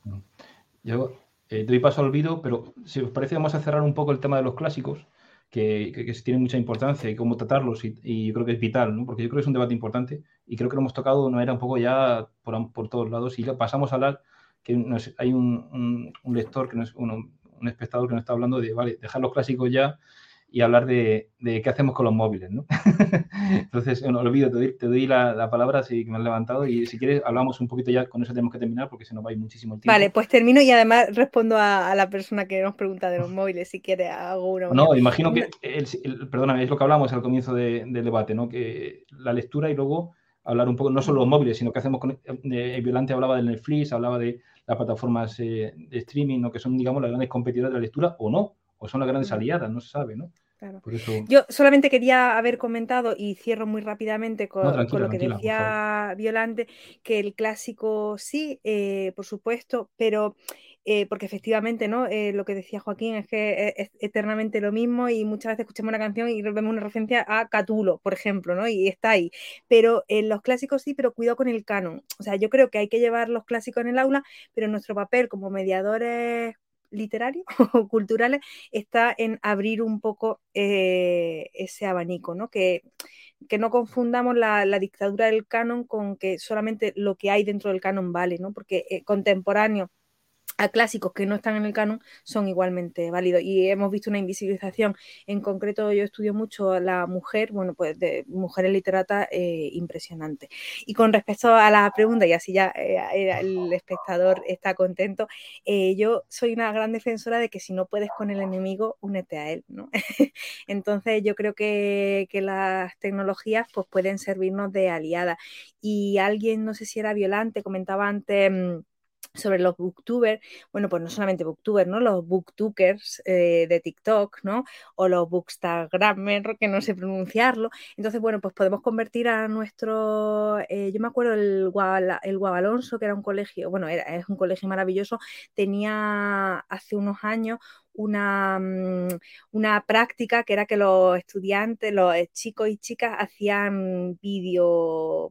Yo eh, doy paso al olvido, pero si os parece vamos a cerrar un poco el tema de los clásicos, que, que, que tienen mucha importancia y cómo tratarlos y, y yo creo que es vital, ¿no? Porque yo creo que es un debate importante y creo que lo hemos tocado de una manera un poco ya por, por todos lados y pasamos a hablar que nos, hay un, un, un lector, que nos, un, un espectador que nos está hablando de, vale, dejar los clásicos ya y hablar de, de qué hacemos con los móviles, ¿no? Entonces, bueno, olvido, te doy, te doy la, la palabra si me has levantado y si quieres hablamos un poquito ya, con eso tenemos que terminar porque se nos va a ir muchísimo el tiempo. Vale, pues termino y además respondo a, a la persona que nos pregunta de los móviles, si quiere hago una. No, imagino que, el, el, perdóname, es lo que hablamos al comienzo de, del debate, ¿no? Que la lectura y luego hablar un poco, no solo los móviles, sino que hacemos con, eh, Violante hablaba del Netflix, hablaba de las plataformas eh, de streaming, ¿no? Que son, digamos, las grandes competidoras de la lectura o no, o son las grandes aliadas, no se sabe, ¿no? Claro. Por eso... Yo solamente quería haber comentado, y cierro muy rápidamente con, no, tranquila, con lo que tranquila, decía Violante, que el clásico sí, eh, por supuesto, pero eh, porque efectivamente, ¿no? Eh, lo que decía Joaquín es que es eternamente lo mismo y muchas veces escuchamos una canción y vemos una referencia a Catulo, por ejemplo, ¿no? Y está ahí. Pero en eh, los clásicos sí, pero cuidado con el canon. O sea, yo creo que hay que llevar los clásicos en el aula, pero nuestro papel como mediadores literarios o culturales está en abrir un poco eh, ese abanico, ¿no? Que, que no confundamos la, la dictadura del canon con que solamente lo que hay dentro del canon vale, ¿no? Porque eh, contemporáneo a clásicos que no están en el canon son igualmente válidos y hemos visto una invisibilización. En concreto yo estudio mucho la mujer, bueno, pues de mujeres literatas eh, impresionante. Y con respecto a la pregunta, y así ya eh, el espectador está contento, eh, yo soy una gran defensora de que si no puedes con el enemigo, únete a él, ¿no? Entonces yo creo que, que las tecnologías pues pueden servirnos de aliadas. Y alguien, no sé si era Violante, comentaba antes sobre los booktubers, bueno, pues no solamente booktubers, ¿no? Los booktokers eh, de TikTok, ¿no? O los bookstagramers, que no sé pronunciarlo. Entonces, bueno, pues podemos convertir a nuestro... Eh, yo me acuerdo el, Guadal- el Guadalonso, que era un colegio, bueno, era, es un colegio maravilloso, tenía hace unos años una, una práctica que era que los estudiantes, los chicos y chicas hacían vídeo,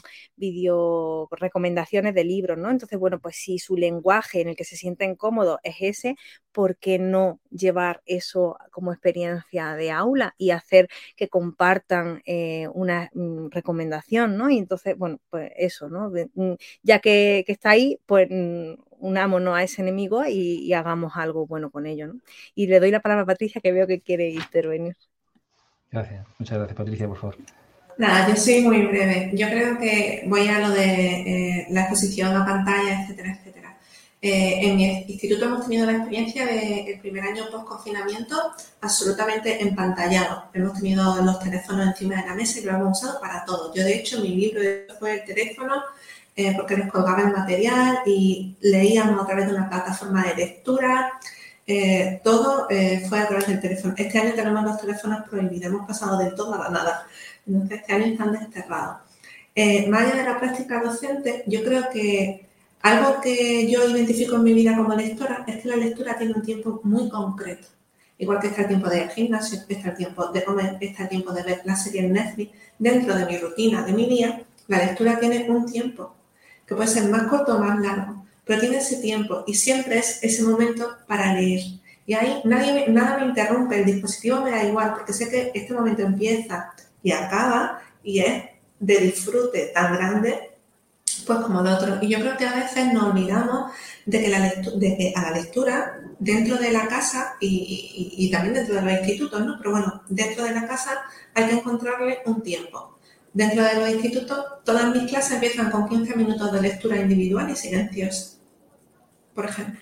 vídeo recomendaciones de libros, ¿no? Entonces, bueno, pues si su lenguaje en el que se sienten cómodos es ese, ¿por qué no llevar eso como experiencia de aula y hacer que compartan eh, una mm, recomendación, ¿no? Y entonces, bueno, pues eso, ¿no? Ya que, que está ahí, pues unámonos a ese enemigo y, y hagamos algo bueno con ello, ¿no? Y le doy la palabra a Patricia, que veo que quiere intervenir. Gracias, muchas gracias, Patricia, por favor. Nada, yo soy muy breve. Yo creo que voy a lo de eh, la exposición a pantalla, etcétera, etcétera. Eh, en mi instituto hemos tenido la experiencia de el primer año post-confinamiento absolutamente empantallado. Hemos tenido los teléfonos encima de la mesa y lo hemos usado para todo. Yo, de hecho, mi libro fue el teléfono eh, porque nos colgaba el material y leíamos a través de una plataforma de lectura. Eh, todo eh, fue a través del teléfono. Este año tenemos los teléfonos prohibidos. Hemos pasado del todo a la nada. Entonces, este año están desterrados. Eh, más allá de la práctica docente, yo creo que algo que yo identifico en mi vida como lectora es que la lectura tiene un tiempo muy concreto. Igual que está el tiempo de ir al gimnasio, está el tiempo de comer, está el tiempo de ver la serie en Netflix. Dentro de mi rutina, de mi día, la lectura tiene un tiempo, que puede ser más corto o más largo, pero tiene ese tiempo y siempre es ese momento para leer. Y ahí nadie, nada me interrumpe, el dispositivo me da igual, porque sé que este momento empieza y acaba y es de disfrute tan grande pues como el otro. Y yo creo que a veces nos olvidamos de que, la lectura, de que a la lectura dentro de la casa y, y, y también dentro de los institutos, ¿no? Pero bueno, dentro de la casa hay que encontrarle un tiempo. Dentro de los institutos, todas mis clases empiezan con quince minutos de lectura individual y silenciosa, por ejemplo.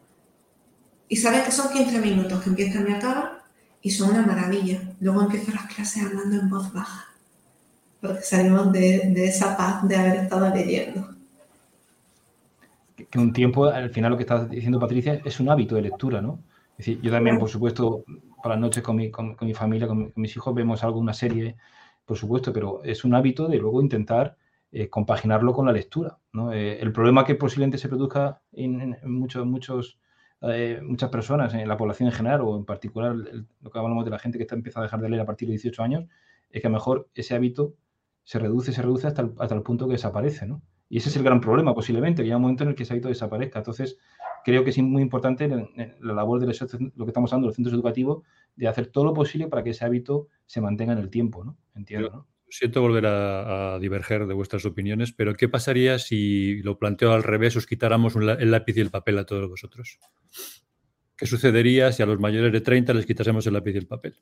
Y saben que son quince minutos que empiezan y acaban y son una maravilla. Luego empiezo las clases hablando en voz baja, porque salimos de, de esa paz de haber estado leyendo. que un tiempo, al final lo que está diciendo Patricia, es un hábito de lectura, ¿no? Es decir, yo también, por supuesto, por las noches con mi, con, con mi familia, con, con mis hijos, vemos algo, una serie, por supuesto, pero es un hábito de luego intentar eh, compaginarlo con la lectura, ¿no? Eh, el problema que posiblemente se produzca en, en muchos, muchos, eh, muchas personas, en la población en general, o en particular el, lo que hablamos de la gente que está empezando a dejar de leer a partir de dieciocho años, es que a lo mejor ese hábito se reduce, se reduce hasta el, hasta el punto que desaparece, ¿no? Y ese es el gran problema, posiblemente, que llega un momento en el que ese hábito desaparezca. Entonces, creo que es muy importante en, en la labor de los, lo que estamos hablando de los centros educativos, de hacer todo lo posible para que ese hábito se mantenga en el tiempo, ¿no? Entiendo, ¿no? Siento volver a, a diverger de vuestras opiniones, pero ¿qué pasaría si, lo planteo al revés, os quitáramos un, el lápiz y el papel a todos vosotros? ¿Qué sucedería si a los mayores de treinta les quitásemos el lápiz y el papel?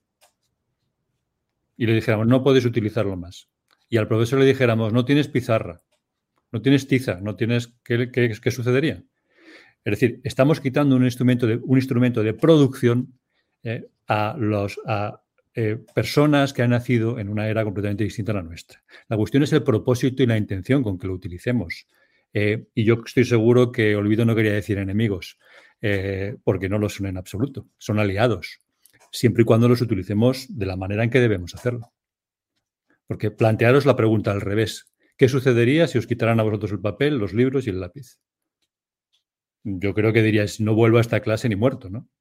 Y le dijéramos, no podéis utilizarlo más. Y al profesor le dijéramos, no tienes pizarra, no tienes tiza, no tienes... ¿Qué, qué, qué sucedería? Es decir, estamos quitando un instrumento de, un instrumento de producción eh, a, los, a eh, personas que han nacido en una era completamente distinta a la nuestra. La cuestión es el propósito y la intención con que lo utilicemos. Eh, y yo estoy seguro que Olvido no quería decir enemigos, eh, porque no lo son en absoluto. Son aliados, siempre y cuando los utilicemos de la manera en que debemos hacerlo. Porque plantearos la pregunta al revés. ¿Qué sucedería si os quitaran a vosotros el papel, los libros y el lápiz? Yo creo que diríais, no vuelvo a esta clase ni muerto, ¿no?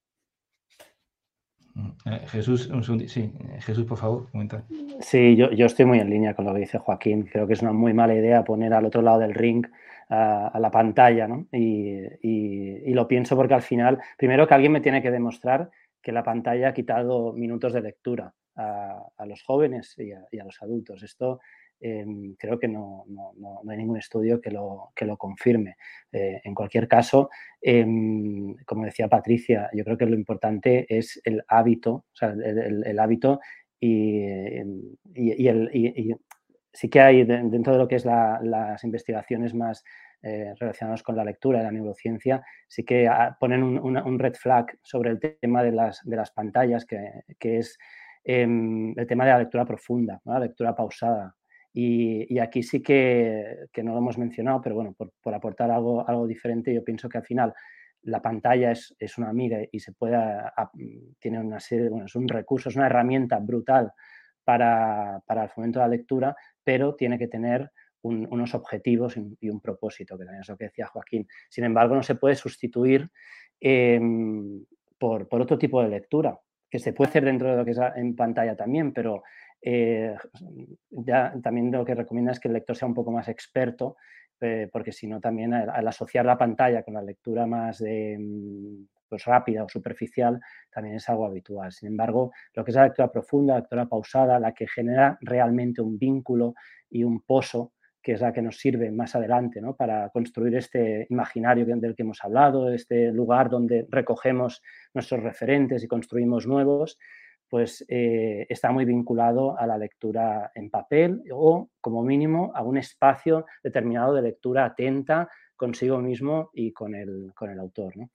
Eh, Jesús, un segundo, sí, Jesús, por favor, comenta. Sí, yo, yo estoy muy en línea con lo que dice Joaquín. Creo que es una muy mala idea poner al otro lado del ring a, a la pantalla, ¿no? Y, y, y lo pienso porque al final, primero que alguien me tiene que demostrar que la pantalla ha quitado minutos de lectura a, a los jóvenes y a, y a los adultos. Esto eh, creo que no, no, no, no hay ningún estudio que lo, que lo confirme. Eh, en cualquier caso, eh, como decía Patricia, yo creo que lo importante es el hábito, o sea, el, el, el hábito y, y, y, el, y, y sí que hay dentro de lo que es la, las investigaciones más eh, relacionadas con la lectura y la neurociencia, sí que ponen un, una, un red flag sobre el tema de las, de las pantallas, que, que es eh, el tema de la lectura profunda, ¿no? La lectura pausada. Y, y aquí sí que, que no lo hemos mencionado, pero bueno, por, por aportar algo, algo diferente, yo pienso que al final la pantalla es, es una amiga y se puede, a, tiene una serie, bueno, es un recurso, es una herramienta brutal para, para el fomento de la lectura, pero tiene que tener un, unos objetivos y un, y un propósito, que también es lo que decía Joaquín. Sin embargo, no se puede sustituir eh, por, por otro tipo de lectura, que se puede hacer dentro de lo que es en pantalla también, pero eh, ya, también lo que recomienda es que el lector sea un poco más experto, eh, porque si no también al, al asociar la pantalla con la lectura más de, pues, rápida o superficial, también es algo habitual. Sin embargo, lo que es la lectura profunda, la lectura pausada, la que genera realmente un vínculo y un pozo, que es la que nos sirve más adelante, ¿no? Para construir este imaginario del que hemos hablado, este lugar donde recogemos nuestros referentes y construimos nuevos, pues eh, está muy vinculado a la lectura en papel o, como mínimo, a un espacio determinado de lectura atenta consigo mismo y con el, con el autor, ¿no?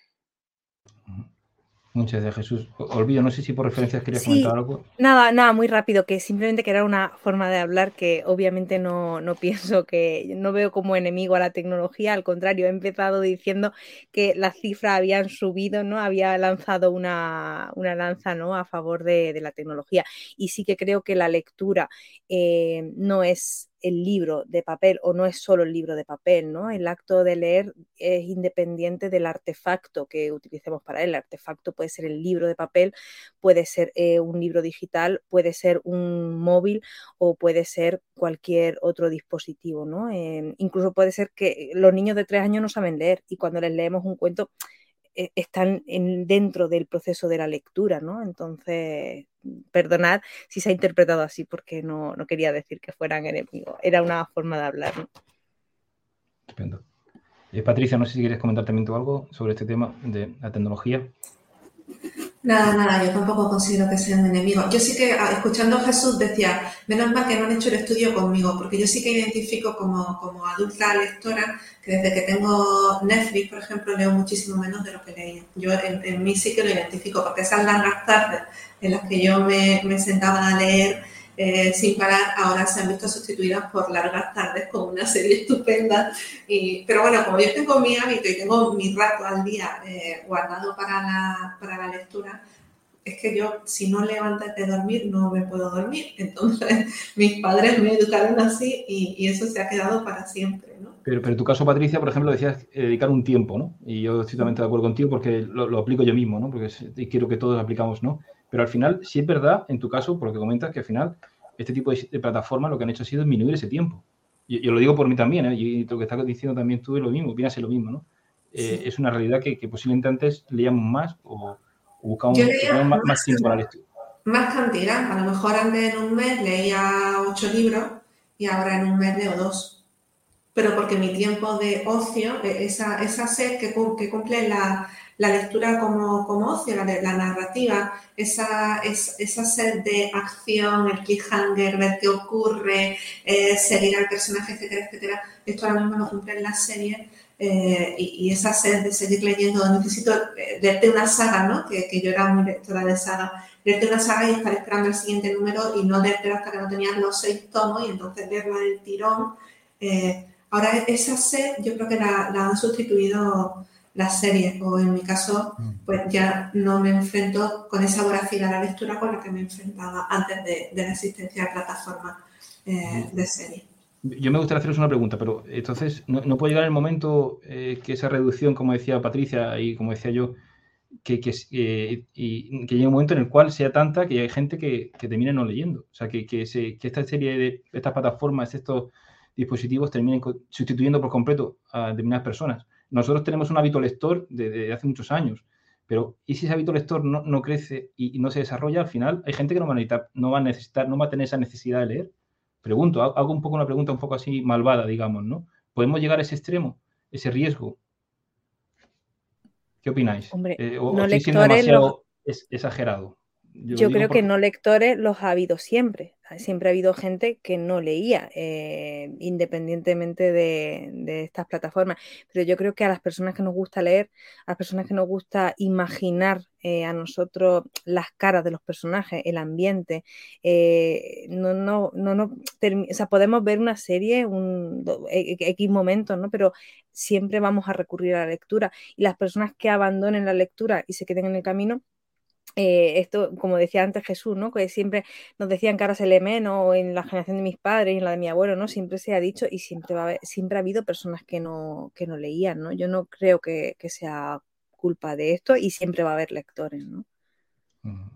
Muchas gracias, Jesús. Olvido, no sé si por referencias querías sí, comentar algo. Nada, nada, muy rápido, que simplemente que era una forma de hablar que obviamente no, no pienso que, no veo como enemigo a la tecnología, al contrario, he empezado diciendo que las cifras habían subido, ¿no? Había lanzado una, una lanza, ¿no? A favor de, de la tecnología. Y sí que creo que la lectura eh, no es el libro de papel o no es solo el libro de papel, ¿no? El acto de leer es independiente del artefacto que utilicemos para él. El artefacto puede ser el libro de papel, puede ser eh, un libro digital, puede ser un móvil o puede ser cualquier otro dispositivo, ¿no? Eh, incluso puede ser que los niños de tres años no saben leer y cuando les leemos un cuento eh, están en, dentro del proceso de la lectura, ¿no? Entonces, perdonad si se ha interpretado así porque no, no quería decir que fueran enemigos, era una forma de hablar, ¿no? Estupendo. Eh, Patricia, no sé si quieres comentar también tú algo sobre este tema de la tecnología. Nada, nada, yo tampoco considero que sean enemigos. Yo sí que, escuchando a Jesús, decía, menos mal que no han hecho el estudio conmigo, porque yo sí que identifico como, como adulta lectora que desde que tengo Netflix, por ejemplo, leo muchísimo menos de lo que leía. Yo en, en mí sí que lo identifico, porque esas largas tardes en las que yo me, me sentaba a leer eh, sin parar, ahora se han visto sustituidas por largas tardes con una serie estupenda. Y, pero bueno, como yo tengo mi hábito y tengo mi rato al día eh, guardado para la, para la lectura, es que yo, si no leo antes de dormir, no me puedo dormir. Entonces, mis padres me educaron así y, y eso se ha quedado para siempre, ¿no? Pero, pero en tu caso, Patricia, por ejemplo, decías eh, dedicar un tiempo, ¿no? Y yo estoy totalmente de acuerdo contigo porque lo, lo aplico yo mismo, ¿no? Porque es, y quiero que todos aplicamos, ¿no? Pero al final, sí es verdad, en tu caso, por lo que comentas, que al final este tipo de, de plataformas lo que han hecho ha sido disminuir ese tiempo. Yo, yo lo digo por mí también, ¿eh? Y lo que estás diciendo también tú es lo mismo, opinas lo mismo, ¿no? Eh, sí. Es una realidad que, que posiblemente antes leíamos más o, o buscábamos más, más, más tiempo para la lectura. Más cantidad. A lo mejor antes en un mes leía ocho libros y ahora en un mes leo dos. Pero porque mi tiempo de ocio, esa, esa sed que, que cumple la, la lectura como, como ocio, la, la narrativa, esa, es, esa sed de acción, el cliffhanger, ver qué ocurre, eh, seguir al personaje, etcétera, etcétera, esto ahora mismo lo cumple en las series eh, y, y esa sed de seguir leyendo, necesito eh, leerte una saga, ¿no? Que, que yo era muy lectora de saga, leerte una saga y estar esperando el siguiente número y no leerte hasta que no tenías los seis tomos y entonces leerla del tirón. Eh, Ahora, esa sed yo creo que la, la han sustituido las series, o en mi caso, pues ya no me enfrento con esa voracidad a la lectura con la que me enfrentaba antes de, de la existencia de plataformas eh, de series. Yo me gustaría haceros una pregunta, pero entonces, ¿no, no puede llegar el momento eh, que esa reducción, como decía Patricia y como decía yo, que, que, eh, y, que llegue un momento en el cual sea tanta que hay gente que, que termine no leyendo? O sea, que, que, se, que esta serie de estas plataformas, estos dispositivos terminen sustituyendo por completo a determinadas personas. Nosotros tenemos un hábito lector desde de hace muchos años, pero ¿y si ese hábito lector no, no crece y, y no se desarrolla? Al final hay gente que no va a necesitar, no va a necesitar, no va a tener esa necesidad de leer. Pregunto, hago un poco una pregunta un poco así malvada, digamos, ¿no? ¿Podemos llegar a ese extremo, ese riesgo? ¿Qué opináis? Hombre, eh, ¿O, no o estoy siendo demasiado los... es, exagerado? Yo, Yo creo porque... que no lectores los ha habido siempre. Siempre ha habido gente que no leía, eh, independientemente de, de estas plataformas. Pero yo creo que a las personas que nos gusta leer, a las personas que nos gusta imaginar eh, a nosotros las caras de los personajes, el ambiente, eh, no, no, no, no o sea, podemos ver una serie, un X momentos, ¿no? Pero siempre vamos a recurrir a la lectura. Y las personas que abandonen la lectura y se queden en el camino, Eh, esto, como decía antes Jesús, ¿no? Que siempre nos decían que ahora se lee menos en la generación de mis padres y en la de mi abuelo, ¿no? Siempre se ha dicho y siempre, va a haber, siempre ha habido personas que no, que no leían, ¿no? Yo no creo que, que sea culpa de esto y siempre va a haber lectores, ¿no? Uh-huh.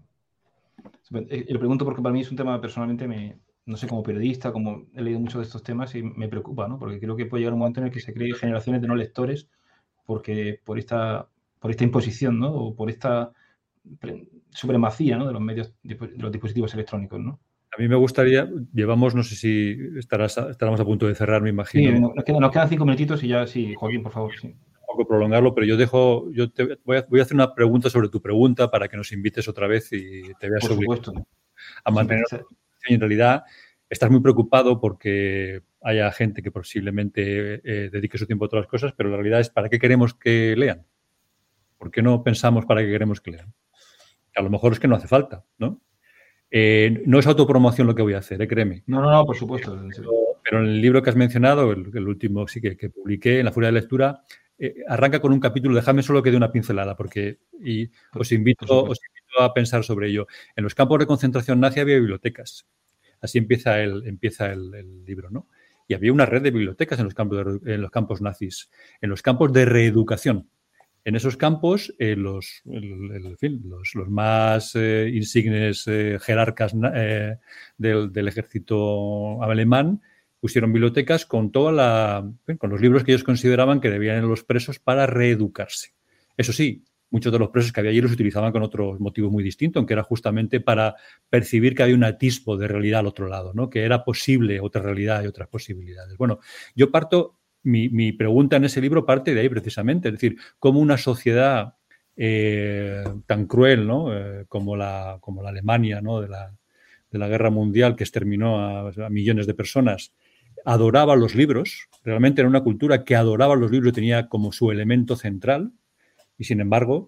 Le pregunto porque para mí es un tema personalmente, me, no sé, como periodista, como he leído muchos de estos temas y me preocupa, ¿no? Porque creo que puede llegar un momento en el que se creen generaciones de no lectores porque por esta, por esta imposición, ¿no? O por esta supremacía, ¿no? de los medios, de los dispositivos electrónicos, ¿no? A mí me gustaría, llevamos, no sé si estarás, estaremos a punto de cerrar, me imagino. Sí, nos quedan, nos quedan cinco minutitos y ya, sí, Joaquín, por favor. Sí. Un poco prolongarlo, pero yo dejo, yo te voy a, voy a hacer una pregunta sobre tu pregunta para que nos invites otra vez y te veas obligado a mantener. Y en realidad estás muy preocupado porque haya gente que posiblemente eh, dedique su tiempo a otras cosas, pero la realidad es ¿para qué queremos que lean? ¿Por qué no pensamos para qué queremos que lean? A lo mejor es que no hace falta, ¿no? Eh, no es autopromoción lo que voy a hacer, ¿eh? Créeme. No, no, no, por supuesto. Pero, pero en el libro que has mencionado, el, el último sí que, que publiqué, En la furia de lectura, eh, arranca con un capítulo, déjame solo que dé una pincelada, porque y os, invito, os invito a pensar sobre ello. En los campos de concentración nazi había bibliotecas. Así empieza el, empieza el, el libro, ¿no? Y había una red de bibliotecas en los campos, de, en los campos nazis, en los campos de reeducación. En esos campos, eh, los, el, el, en fin, los, los más eh, insignes eh, jerarcas eh, del, del ejército alemán pusieron bibliotecas con, toda la, con los libros que ellos consideraban que debían ir los presos para reeducarse. Eso sí, muchos de los presos que había allí los utilizaban con otro motivo muy distinto, aunque era justamente para percibir que había un atisbo de realidad al otro lado, ¿no? Que era posible otra realidad y otras posibilidades. Bueno, yo parto... Mi, mi pregunta en ese libro parte de ahí precisamente, es decir, cómo una sociedad eh, tan cruel, ¿no? eh, como, la, como la Alemania, ¿no? de, la, de la Guerra Mundial que exterminó a, a millones de personas, adoraba los libros, realmente era una cultura que adoraba los libros y tenía como su elemento central, y sin embargo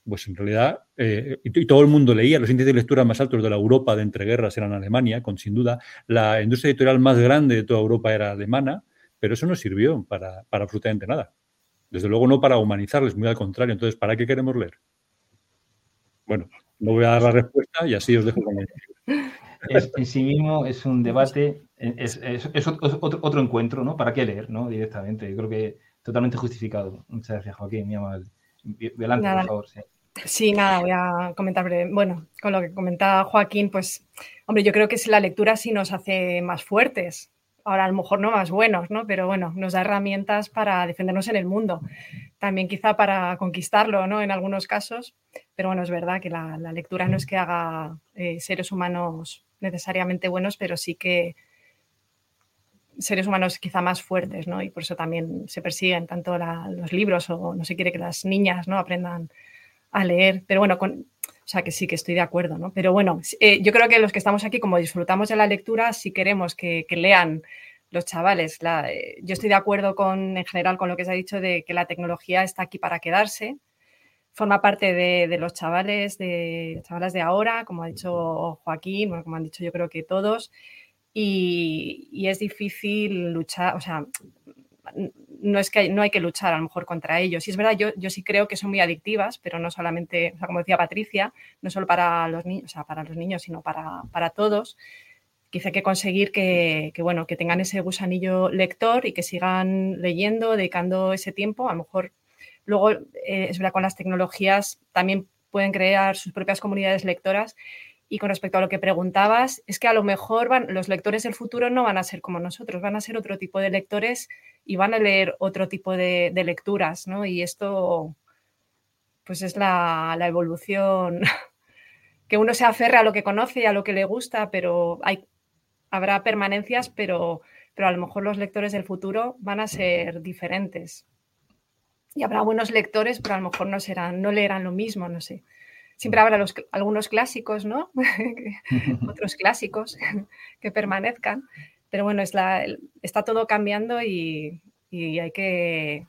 pues en realidad, eh, y, y todo el mundo leía, los índices de lectura más altos de la Europa de entreguerras eran Alemania, con sin duda, la industria editorial más grande de toda Europa era alemana, pero eso no sirvió para, para absolutamente nada. Desde luego no para humanizarles, muy al contrario. Entonces, ¿para qué queremos leer? Bueno, no voy a dar la respuesta y así os dejo con el... Es, en sí mismo es un debate, es, es, es otro, otro encuentro, ¿no? ¿Para qué leer, no? Directamente. Yo creo que totalmente justificado. Muchas gracias, Joaquín. Mi amable. Violante, por favor. Sí. Sí, nada, voy a comentar breve. Bueno, con lo que comentaba Joaquín, pues, hombre, yo creo que la lectura sí nos hace más fuertes. Ahora, a lo mejor no más buenos, ¿no? Pero bueno, nos da herramientas para defendernos en el mundo. También quizá para conquistarlo, ¿no? En algunos casos. Pero bueno, es verdad que la, la lectura no es que haga eh, seres humanos necesariamente buenos, pero sí que seres humanos quizá más fuertes, ¿no? Y por eso también se persiguen tanto la, los libros o no se quiere que las niñas, ¿no? Aprendan a leer. Pero bueno, con, o sea que sí que estoy de acuerdo, ¿no? Pero bueno, eh, yo creo que los que estamos aquí, como disfrutamos de la lectura, si queremos que, que lean los chavales. La, eh, yo estoy de acuerdo con, en general, con lo que se ha dicho de que la tecnología está aquí para quedarse. Forma parte de, de los chavales, de chavalas de ahora, como ha dicho Joaquín, bueno, como han dicho yo creo que todos, y, y es difícil luchar, o sea, no es que hay, no hay que luchar a lo mejor contra ellos. Y es verdad, yo, yo sí creo que son muy adictivas, pero no solamente, o sea, como decía Patricia, no solo para los niños, o sea, para los niños, sino para, para todos. Quizá hay que conseguir que, que, bueno, que tengan ese gusanillo lector y que sigan leyendo, dedicando ese tiempo, a lo mejor. Luego, eh, es verdad, con las tecnologías también pueden crear sus propias comunidades lectoras. Y con respecto a lo que preguntabas, es que a lo mejor van, los lectores del futuro no van a ser como nosotros, van a ser otro tipo de lectores y van a leer otro tipo de, de lecturas, ¿no? Y esto, pues es la, la evolución, que uno se aferra a lo que conoce y a lo que le gusta, pero hay, habrá permanencias, pero, pero a lo mejor los lectores del futuro van a ser diferentes. Y habrá buenos lectores, pero a lo mejor no serán, no leerán lo mismo, no sé. Siempre habrá los, algunos clásicos, ¿no? Otros clásicos que permanezcan. Pero bueno, es la, está todo cambiando y, y hay que...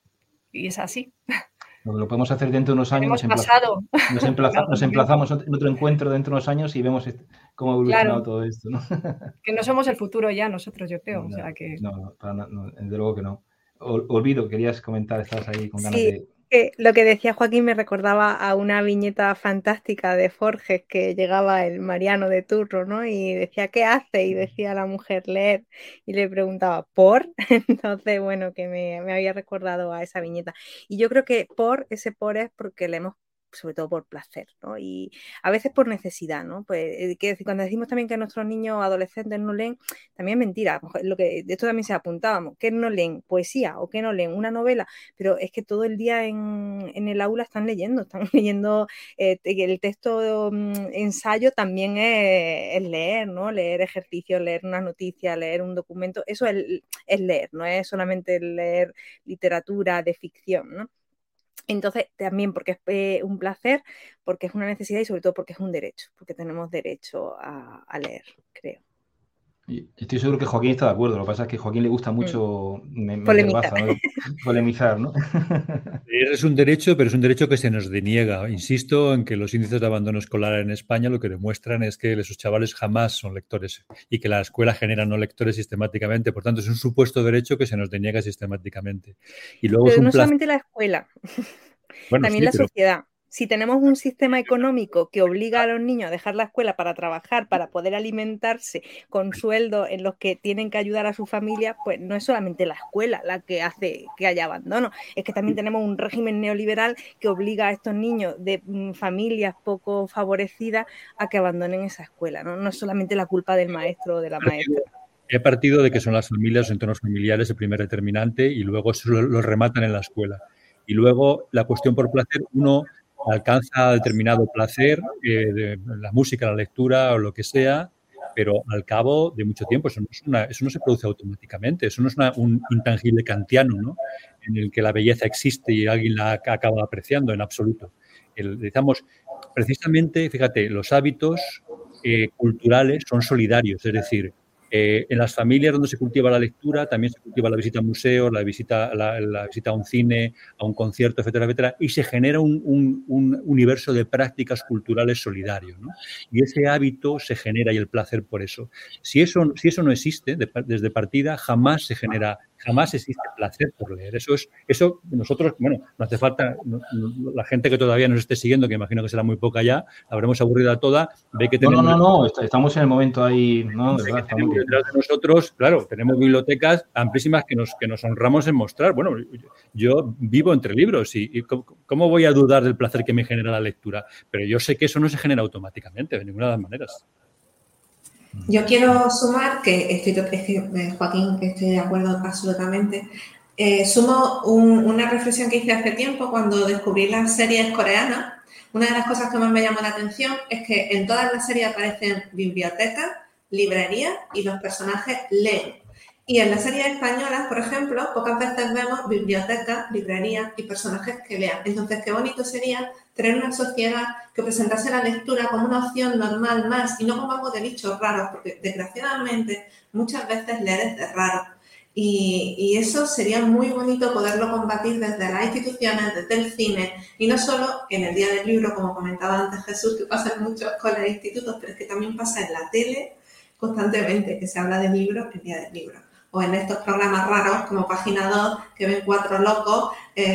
Y es así. Lo, lo podemos hacer dentro de unos años. Hemos nos pasado. Nos, emplaza, nos emplazamos en otro encuentro dentro de unos años y vemos cómo ha evolucionado claro, todo esto, ¿no? Que no somos el futuro ya nosotros, yo creo. No, o sea que... no, no, no, desde luego que no. Olvido, querías comentar, estabas ahí con ganas sí, de... Que lo que decía Joaquín me recordaba a una viñeta fantástica de Forges que llegaba el Mariano de turno, ¿no? Y decía, ¿qué hace? Y decía la mujer, leer. Y le preguntaba, ¿por? Entonces, bueno, que me, me había recordado a esa viñeta. Y yo creo que por, ese por es porque leemos sobre todo por placer, ¿no? Y a veces por necesidad, ¿no? Pues quiero decir, cuando decimos también que nuestros niños adolescentes no leen, también es mentira. Lo que, de esto también se apuntábamos, que no leen poesía o que no leen una novela, pero es que todo el día en, en el aula están leyendo, están leyendo eh, el texto um, ensayo también es, es leer, ¿no? Leer ejercicios, leer una noticia, leer un documento, eso es, es leer, no es solamente leer literatura de ficción, ¿no? Entonces, también porque es eh, un placer, porque es una necesidad y sobre todo porque es un derecho, porque tenemos derecho a, a leer, creo. Y estoy seguro que Joaquín está de acuerdo, lo que pasa es que a Joaquín le gusta mucho mm. me, me polemizar. Baza, ¿no? Polemizar, ¿no? Es un derecho, pero es un derecho que se nos deniega. Insisto en que los índices de abandono escolar en España lo que demuestran es que esos chavales jamás son lectores y que la escuela genera no lectores sistemáticamente. Por tanto, es un supuesto derecho que se nos deniega sistemáticamente. Y luego pero es un no placer... solamente la escuela, bueno, también sí, la pero... sociedad. Si tenemos un sistema económico que obliga a los niños a dejar la escuela para trabajar, para poder alimentarse con sueldos en los que tienen que ayudar a su familia, pues no es solamente la escuela la que hace que haya abandono, es que también tenemos un régimen neoliberal que obliga a estos niños de mm, familias poco favorecidas a que abandonen esa escuela, ¿no? No es solamente la culpa del maestro o de la maestra. He partido de que son las familias, los entornos familiares el primer determinante y luego eso lo, lo rematan en la escuela. Y luego la cuestión por placer, uno alcanza determinado placer, eh, de la música, la lectura o lo que sea, pero al cabo de mucho tiempo eso no, es una, eso no se produce automáticamente, eso no es una, un intangible kantiano, ¿no? En el que la belleza existe y alguien la acaba apreciando en absoluto. El, digamos, precisamente, fíjate, los hábitos eh, culturales son solidarios, es decir, Eh, en las familias donde se cultiva la lectura también se cultiva la visita a museos, la visita, la, la visita a un cine, a un concierto, etcétera, etcétera, y se genera un, un, un universo de prácticas culturales solidario, ¿no? Y ese hábito se genera y el placer por eso. Si eso, si eso no existe de, desde partida, jamás se genera, jamás existe placer por leer. Eso es, eso nosotros, bueno, no hace falta, no, no, la gente que todavía nos esté siguiendo, que imagino que será muy poca ya, la habremos aburrido a toda, ve que tenemos... No, no, no, no, estamos en el momento ahí, no, de verdad, estamos bien. Detrás de nosotros, claro, tenemos bibliotecas amplísimas que nos, que nos honramos en mostrar. Bueno, yo vivo entre libros y, y ¿cómo voy a dudar del placer que me genera la lectura? Pero yo sé que eso no se genera automáticamente, de ninguna de las maneras. Yo quiero sumar, que estoy, estoy Joaquín, que estoy de acuerdo absolutamente, eh, sumo un, una reflexión que hice hace tiempo cuando descubrí las series coreanas. Una de las cosas que más me llamó la atención es que en todas las series aparecen bibliotecas, librerías y los personajes leen. Y en las series españolas, por ejemplo, pocas veces vemos bibliotecas, librerías y personajes que lean. Entonces, qué bonito sería tener una sociedad que presentase la lectura como una opción normal más y no como algo de bichos raros, porque desgraciadamente muchas veces leer es de raro. Y, y eso sería muy bonito poderlo combatir desde las instituciones, desde el cine, y no solo en el Día del Libro, como comentaba antes Jesús, que pasa en muchos colegios e institutos, pero es que también pasa en la tele constantemente, que se habla de libros el Día del Libro. O en estos programas raros como Página dos, que ven cuatro locos.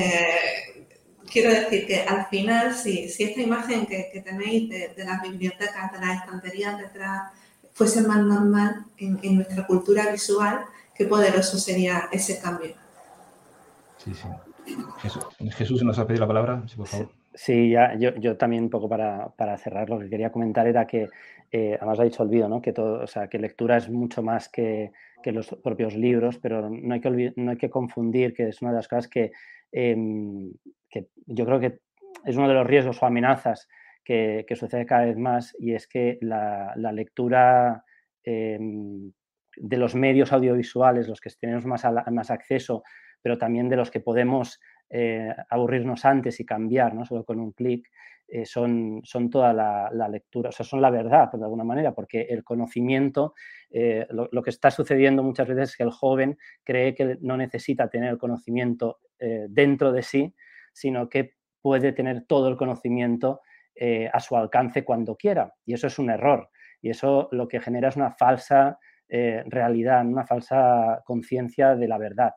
Eh, quiero decir que al final, si, si esta imagen que, que tenéis de, de las bibliotecas, de las estanterías detrás, fuese más normal en, en nuestra cultura visual, qué poderoso sería ese cambio. Sí, sí. Jesús, Jesús nos ha pedido la palabra, sí, por favor. Sí, ya, yo, yo también un poco para, para cerrar lo que quería comentar era que, eh, además lo ha dicho Olvido, ¿no? Que todo, o sea, que lectura es mucho más que, que los propios libros, pero no hay que olvid- no hay que confundir, que es una de las cosas que, eh, que yo creo que es uno de los riesgos o amenazas que, que sucede cada vez más, y es que la, la lectura eh, de los medios audiovisuales, los que tenemos más, a, más acceso, pero también de los que podemos eh, aburrirnos antes y cambiar, ¿no? Solo con un clic, eh, son, son toda la, la lectura, o sea, son la verdad, de alguna manera, porque el conocimiento, eh, lo, lo que está sucediendo muchas veces es que el joven cree que no necesita tener el conocimiento eh, dentro de sí, sino que puede tener todo el conocimiento eh, a su alcance cuando quiera, y eso es un error, y eso lo que genera es una falsa eh, realidad, una falsa conciencia de la verdad.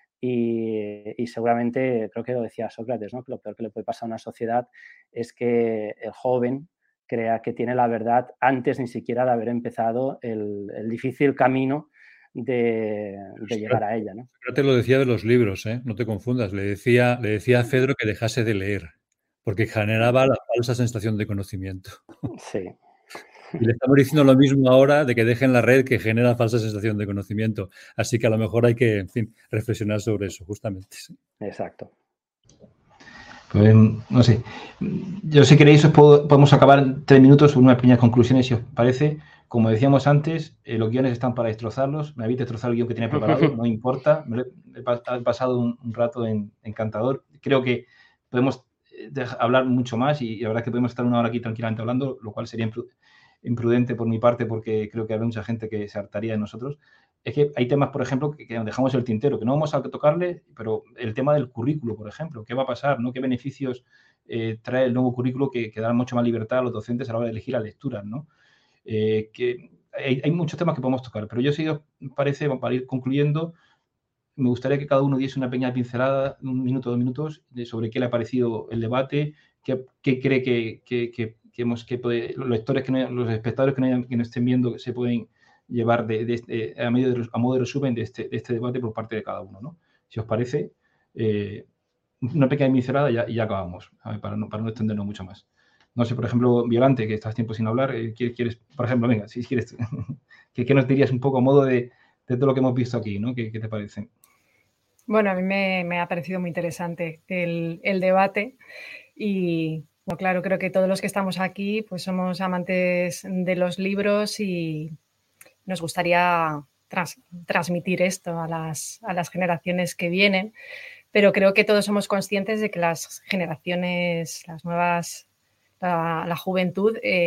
Y, y seguramente, creo que lo decía Sócrates, ¿no? Que lo peor que le puede pasar a una sociedad es que el joven crea que tiene la verdad antes ni siquiera de haber empezado el, el difícil camino de, de llegar a ella, ¿no? Sócrates lo decía de los libros, ¿eh? No te confundas. Le decía, le decía a Fedro que dejase de leer, porque generaba la falsa sensación de conocimiento. Sí. Y le estamos diciendo lo mismo ahora de que dejen la red, que genera falsa sensación de conocimiento. Así que a lo mejor hay que, en fin, reflexionar sobre eso, justamente. Sí. Exacto. Pues, no sé. Yo, si queréis, os puedo, podemos acabar en tres minutos con unas pequeñas conclusiones, si os parece. Como decíamos antes, eh, los guiones están para destrozarlos. Me habéis destrozado el guión que tenía preparado, no importa. Me lo he, he pasado un, un rato en, encantador. Creo que podemos dejar, hablar mucho más y, y la verdad es que podemos estar una hora aquí tranquilamente hablando, lo cual sería imprudente por mi parte porque creo que habrá mucha gente que se hartaría de nosotros. Es que hay temas, por ejemplo, que, que dejamos el tintero, que no vamos a tocarle, pero el tema del currículo, por ejemplo, ¿qué va a pasar? ¿No? ¿Qué beneficios eh, trae el nuevo currículo que, que da mucho más libertad a los docentes a la hora de elegir las lecturas, ¿no? Eh, que hay, hay muchos temas que podemos tocar, pero yo, si os parece, para ir concluyendo, me gustaría que cada uno diese una pequeña pincelada, un minuto, dos minutos, de sobre qué le ha parecido el debate, qué, qué cree que, que, que, que, hemos, que puede, los lectores, que no, los espectadores que no, que no estén viendo, se pueden llevar de, de, de, a, medio de, a modo de resumen de este, de este debate por parte de cada uno, ¿no? Si os parece, eh, una pequeña pincelada y ya, y ya acabamos, a ver, para, no, para no extendernos mucho más. No sé, por ejemplo, Violante, que estás tiempo sin hablar, eh, ¿quieres, por ejemplo, venga, si quieres, ¿qué, qué nos dirías un poco a modo de, de todo lo que hemos visto aquí, ¿no? ¿Qué, qué te parece? Bueno, a mí me, me ha parecido muy interesante el, el debate y, bueno, claro, creo que todos los que estamos aquí pues somos amantes de los libros y nos gustaría trans, transmitir esto a las, a las generaciones que vienen, pero creo que todos somos conscientes de que las generaciones, las nuevas, la, la juventud, eh,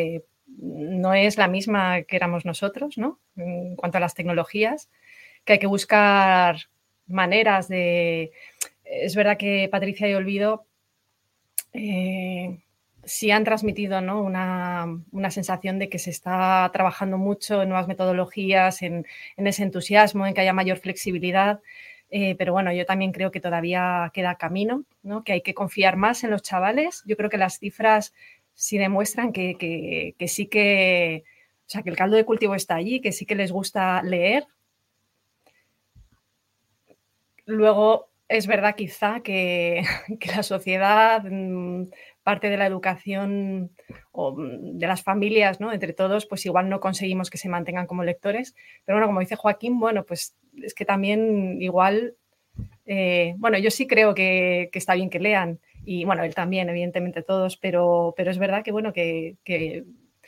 no es la misma que éramos nosotros, ¿no? En cuanto a las tecnologías, que hay que buscar maneras de... Es verdad que Patricia y Olvido eh, sí han transmitido, ¿no? una, una sensación de que se está trabajando mucho en nuevas metodologías, en, en ese entusiasmo, en que haya mayor flexibilidad. Eh, pero bueno, yo también creo que todavía queda camino, ¿no? Que hay que confiar más en los chavales. Yo creo que las cifras sí demuestran que, que, que sí que, o sea, que el caldo de cultivo está allí, que sí que les gusta leer. Luego, es verdad quizá que, que la sociedad, parte de la educación o de las familias, ¿no? Entre todos, pues igual no conseguimos que se mantengan como lectores. Pero bueno, como dice Joaquín, bueno, pues es que también igual, eh, bueno, yo sí creo que, que está bien que lean. Y bueno, él también, evidentemente todos, pero, pero es verdad que, bueno, que, que,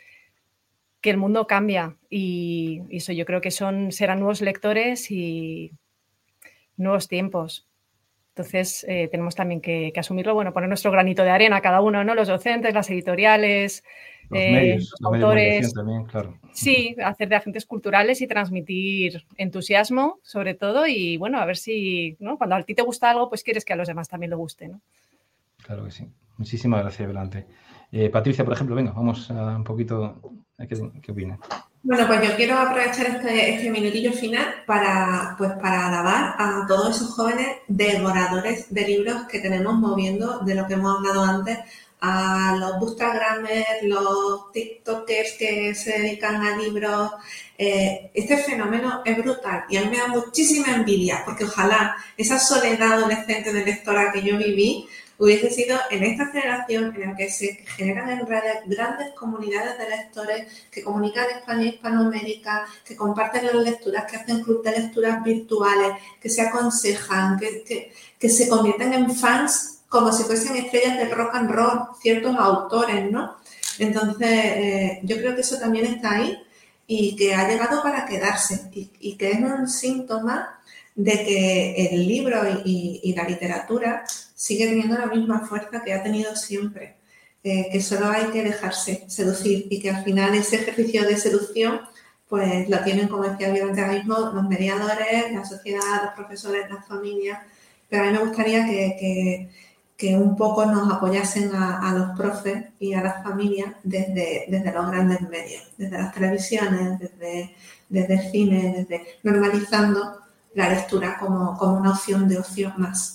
que el mundo cambia y, y eso yo creo que son, serán nuevos lectores y nuevos tiempos. Entonces, eh, tenemos también que, que asumirlo, bueno, poner nuestro granito de arena cada uno, ¿no? Los docentes, las editoriales, los eh, medios, los, los autores. Medios de comunicación también, claro. Sí, hacer de agentes culturales y transmitir entusiasmo, sobre todo, y bueno, a ver si, ¿no? Cuando a ti te gusta algo, pues quieres que a los demás también le guste, ¿no? Claro que sí. Muchísimas gracias, Violante. Eh, Patricia, por ejemplo, venga, vamos a un poquito, ¿qué, qué opinas? Bueno, pues yo quiero aprovechar este, este minutillo final para, pues, para alabar a todos esos jóvenes devoradores de libros que tenemos moviendo de lo que hemos hablado antes, a los bookstagramers, los tiktokers que se dedican a libros. Eh, este fenómeno es brutal y a mí me da muchísima envidia porque ojalá esa soledad adolescente de lectora que yo viví hubiese sido en esta generación en la que se generan en redes grandes comunidades de lectores que comunican España y Hispanoamérica, que comparten las lecturas, que hacen club de lecturas virtuales, que se aconsejan, que, que, que se convierten en fans como si fuesen estrellas del rock and roll, ciertos autores, ¿no? Entonces, eh, yo creo que eso también está ahí y que ha llegado para quedarse y, y que es un síntoma de que el libro y, y, y la literatura sigue teniendo la misma fuerza que ha tenido siempre, eh, que solo hay que dejarse seducir y que al final ese ejercicio de seducción pues lo tienen, como decía Violante ahora mismo, los mediadores, la sociedad, los profesores, las familias, pero a mí me gustaría que, que, que un poco nos apoyasen a, a los profes y a las familias desde, desde los grandes medios, desde las televisiones, desde, desde el cine, desde normalizando la lectura como, como una opción de ocio más.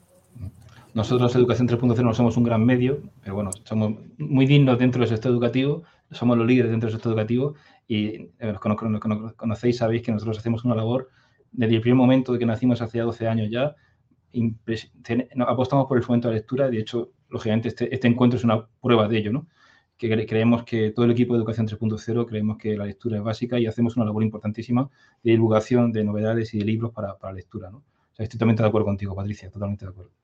Nosotros, Educación tres punto cero, no somos un gran medio, pero bueno, somos muy dignos dentro del sector educativo, somos los líderes dentro del sector educativo y los que nos conocéis sabéis que nosotros hacemos una labor desde el primer momento de que nacimos hace doce años ya, apostamos por el fomento de la lectura. De hecho, lógicamente, este, este encuentro es una prueba de ello, ¿no? Que cre creemos que todo el equipo de Educación tres punto cero creemos que la lectura es básica y hacemos una labor importantísima de divulgación de novedades y de libros para, para la lectura, ¿no? O sea, estoy totalmente de acuerdo contigo, Patricia, totalmente de acuerdo.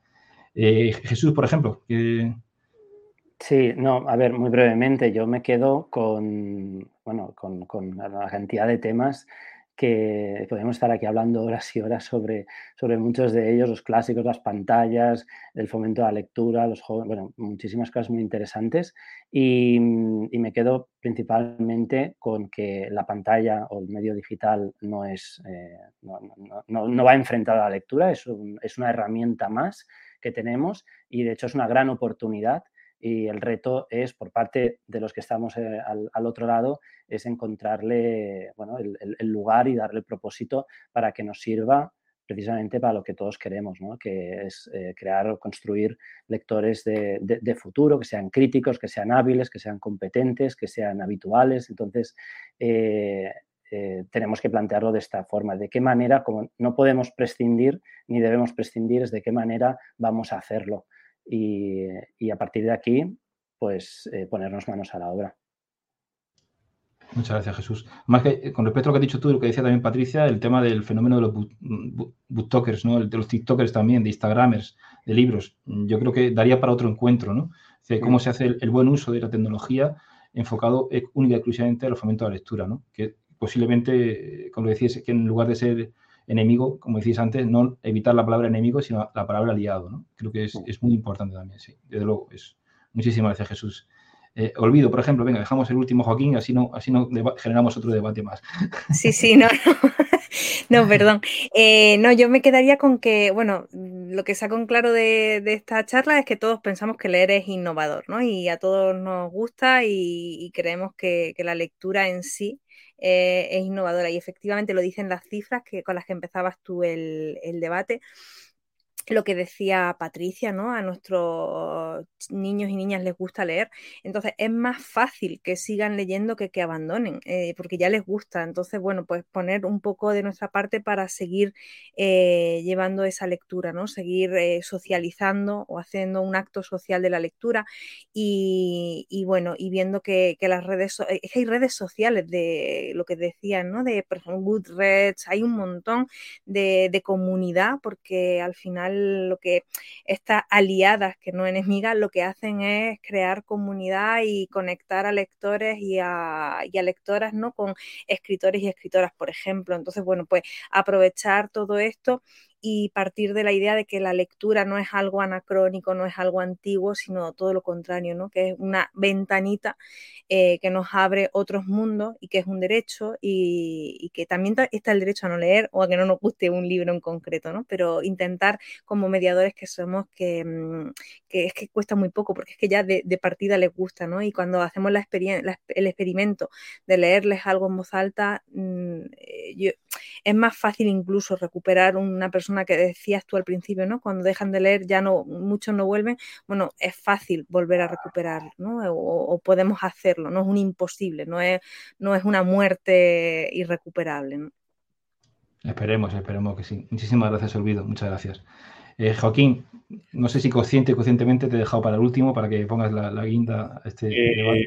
Eh, Jesús, por ejemplo. Que... Sí, no, a ver, muy brevemente, yo me quedo con, bueno, con, con la cantidad de temas que podemos estar aquí hablando horas y horas sobre, sobre muchos de ellos, los clásicos, las pantallas, el fomento de la lectura, los jóvenes, bueno, muchísimas cosas muy interesantes y, y me quedo principalmente con que la pantalla o el medio digital no es, eh, no, no, no, no va enfrentada a la lectura, es, un, es una herramienta más que tenemos y de hecho es una gran oportunidad y el reto es por parte de los que estamos eh, al, al otro lado es encontrarle bueno, el, el, el lugar y darle el propósito para que nos sirva precisamente para lo que todos queremos, ¿no? Que es eh, crear o construir lectores de, de, de futuro, que sean críticos, que sean hábiles, que sean competentes, que sean habituales. Entonces, eh, Eh, tenemos que plantearlo de esta forma. ¿De qué manera, como no podemos prescindir ni debemos prescindir, es de qué manera vamos a hacerlo? Y, y a partir de aquí, pues eh, ponernos manos a la obra. Muchas gracias, Jesús. Más que con respecto a lo que has dicho tú y lo que decía también Patricia, el tema del fenómeno de los booktokers, ¿no? De los tiktokers también, de instagramers, de libros, yo creo que daría para otro encuentro, ¿no? O sea, cómo se hace el, el buen uso de la tecnología enfocado única y exclusivamente al fomento de la lectura, ¿no? Que posiblemente, como decís, que en lugar de ser enemigo, como decís antes, no evitar la palabra enemigo, sino la palabra aliado, ¿no? Creo que es, es muy importante también, sí. Desde luego, es. Muchísimas gracias, Jesús. Eh, olvido, por ejemplo, venga, dejamos el último, Joaquín, así no, así no generamos otro debate más. Sí, sí, no, no, no perdón. Eh, no, yo me quedaría con que, bueno, lo que saco en claro de, de esta charla es que todos pensamos que leer es innovador, ¿no? Y a todos nos gusta y, y creemos que, que la lectura en sí eh, es innovadora. Y efectivamente lo dicen las cifras que, con las que empezabas tú el, el debate. Lo que decía Patricia, ¿no? A nuestros niños y niñas les gusta leer. Entonces es más fácil que sigan leyendo que que abandonen, eh, porque ya les gusta. Entonces, bueno, pues poner un poco de nuestra parte para seguir eh, llevando esa lectura, ¿no? Seguir eh, socializando o haciendo un acto social de la lectura y, y bueno, y viendo que, que las redes, so es que hay redes sociales de lo que decían, ¿no? De, por ejemplo, Goodreads, hay un montón de, de comunidad, porque al final lo que estas aliadas, que no enemigas, lo que hacen es crear comunidad y conectar a lectores y a, y a lectoras, ¿no? Con escritores y escritoras, por ejemplo. Entonces, bueno, pues aprovechar todo esto y partir de la idea de que la lectura no es algo anacrónico, no es algo antiguo, sino todo lo contrario, ¿no? Que es una ventanita eh, que nos abre otros mundos y que es un derecho y, y que también está el derecho a no leer o a que no nos guste un libro en concreto, ¿no? Pero intentar como mediadores que somos que, que es que cuesta muy poco, porque es que ya de, de partida les gusta, ¿no? Y cuando hacemos la la, el experimento de leerles algo en voz alta, mmm, yo, es más fácil incluso recuperar una persona que decías tú al principio, ¿no? Cuando dejan de leer ya no, muchos no vuelven, bueno, es fácil volver a recuperar, ¿no? O, o podemos hacerlo, no es un imposible, no es, no es una muerte irrecuperable, ¿no? Esperemos, esperemos que sí. Muchísimas gracias, Olvido, muchas gracias. Eh, Joaquín, no sé si consciente o conscientemente te he dejado para el último para que pongas la, la guinda a este eh, debate.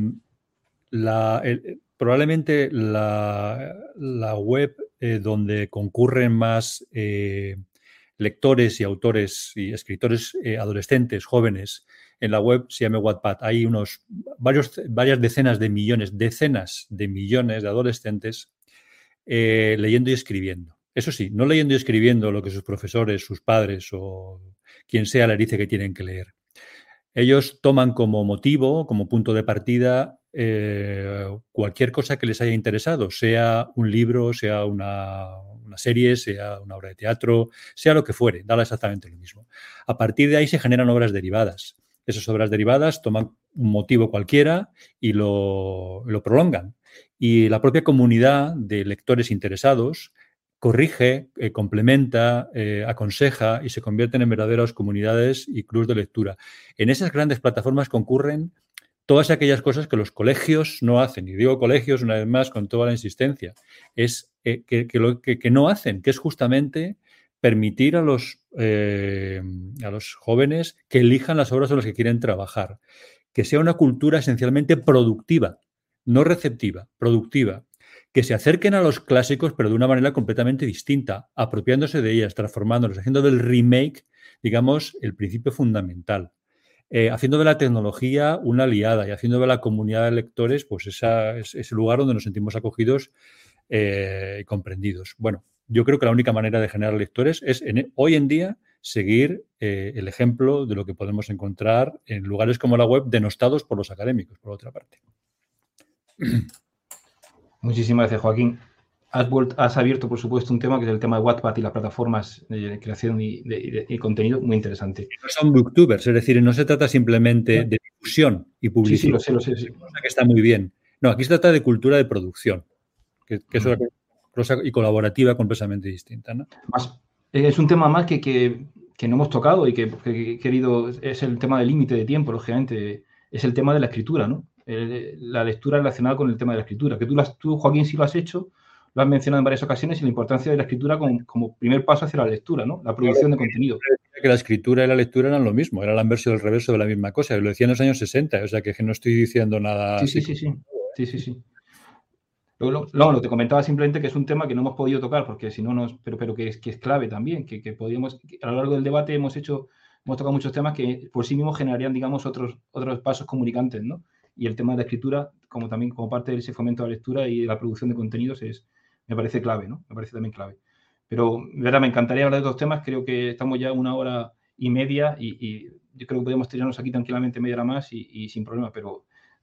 La, el, probablemente la, la web eh, donde concurren más eh, lectores y autores y escritores eh, adolescentes, jóvenes, en la web se llama Wattpad. Hay unos varios, varias decenas de millones, decenas de millones de adolescentes eh, leyendo y escribiendo. Eso sí, no leyendo y escribiendo lo que sus profesores, sus padres o quien sea le dice que tienen que leer. Ellos toman como motivo, como punto de partida, eh, cualquier cosa que les haya interesado, sea un libro, sea una, una serie, sea una obra de teatro, sea lo que fuere, da exactamente lo mismo. A partir de ahí se generan obras derivadas. Esas obras derivadas toman un motivo cualquiera y lo, lo prolongan. Y la propia comunidad de lectores interesados corrige, eh, complementa, eh, aconseja y se convierten en verdaderas comunidades y clubes de lectura. En esas grandes plataformas concurren todas aquellas cosas que los colegios no hacen. Y digo colegios, una vez más, con toda la insistencia. Es eh, que, que, lo, que, que no hacen, que es justamente permitir a los, eh, a los jóvenes que elijan las obras en las que quieren trabajar. Que sea una cultura esencialmente productiva, no receptiva, productiva. Que se acerquen a los clásicos, pero de una manera completamente distinta, apropiándose de ellas, transformándolos, haciendo del remake, digamos, el principio fundamental. Eh, haciendo de la tecnología una aliada y haciendo de la comunidad de lectores, pues esa, es, ese lugar donde nos sentimos acogidos eh, y comprendidos. Bueno, yo creo que la única manera de generar lectores es en, hoy en día seguir eh, el ejemplo de lo que podemos encontrar en lugares como la web, denostados por los académicos, por otra parte. Muchísimas gracias, Joaquín. Has, vuelto, has abierto, por supuesto, un tema que es el tema de Wattpad y las plataformas de creación y de, de, de contenido muy interesante. No son booktubers, es decir, no se trata simplemente de difusión y publicidad. Sí, sí, lo sé, lo sé. Sí. Cosa que está muy bien. No, aquí se trata de cultura de producción, que, que es una cosa y colaborativa completamente distinta, ¿no? Más, es un tema más que, que, que no hemos tocado y que, que he querido, es el tema del límite de tiempo, lógicamente, es el tema de la escritura, ¿no? La lectura relacionada con el tema de la escritura, que tú, las, tú, Joaquín, sí lo has hecho, lo has mencionado en varias ocasiones, y la importancia de la escritura como, como primer paso hacia la lectura, ¿no? La producción de contenido. Que la escritura y la lectura eran lo mismo, era el anverso y el reverso de la misma cosa, lo decía en los años sesenta, o sea que no estoy diciendo nada... Sí, sí, sí, sí, sí, sí, sí. Luego, lo, lo te comentaba simplemente que es un tema que no hemos podido tocar, porque si no nos, pero, pero que, es, que es clave también, que, que podíamos, que a lo largo del debate hemos hecho, hemos tocado muchos temas que por sí mismos generarían, digamos, otros, otros pasos comunicantes, ¿no? Y el tema de la escritura, como también como parte de ese fomento de la lectura y de la producción de contenidos, es, me parece clave, ¿no? Me parece también clave. Pero, de verdad, me encantaría hablar de estos temas. Creo que estamos ya una hora y media y, y yo creo que podemos tirarnos aquí tranquilamente media hora más y, y sin problema. Pero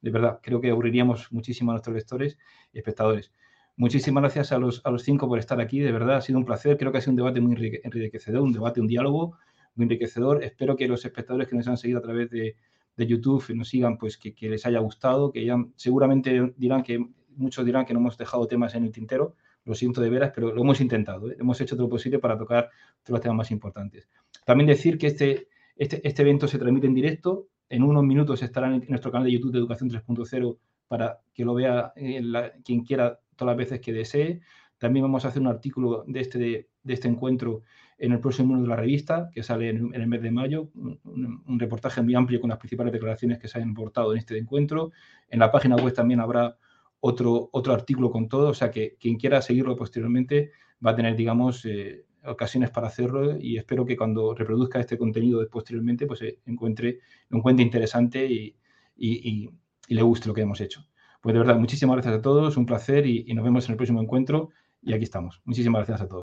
de verdad, creo que aburriríamos muchísimo a nuestros lectores y espectadores. Muchísimas gracias a los, a los cinco por estar aquí, de verdad, ha sido un placer. Creo que ha sido un debate muy enriquecedor, un debate, un diálogo muy enriquecedor. Espero que los espectadores que nos han seguido a través de, de YouTube nos sigan, pues que, que les haya gustado, que ya seguramente dirán que, muchos dirán que no hemos dejado temas en el tintero. Lo siento de veras, pero lo hemos intentado, ¿eh? Hemos hecho todo lo posible para tocar todos los temas más importantes. También decir que este, este, este evento se transmite en directo. En unos minutos estará en nuestro canal de YouTube de Educación tres punto cero para que lo vea eh, la, quien quiera todas las veces que desee. También vamos a hacer un artículo de este, de, de este encuentro en el próximo número de la revista, que sale en, en el mes de mayo. Un, un reportaje muy amplio con las principales declaraciones que se han aportado en este encuentro. En la página web también habrá Otro, otro artículo con todo, o sea que quien quiera seguirlo posteriormente va a tener, digamos, eh, ocasiones para hacerlo, y espero que cuando reproduzca este contenido posteriormente, pues eh, encuentre, lo encuentre interesante y, y, y, y le guste lo que hemos hecho. Pues de verdad, muchísimas gracias a todos, un placer y, y nos vemos en el próximo encuentro, y aquí estamos. Muchísimas gracias a todos.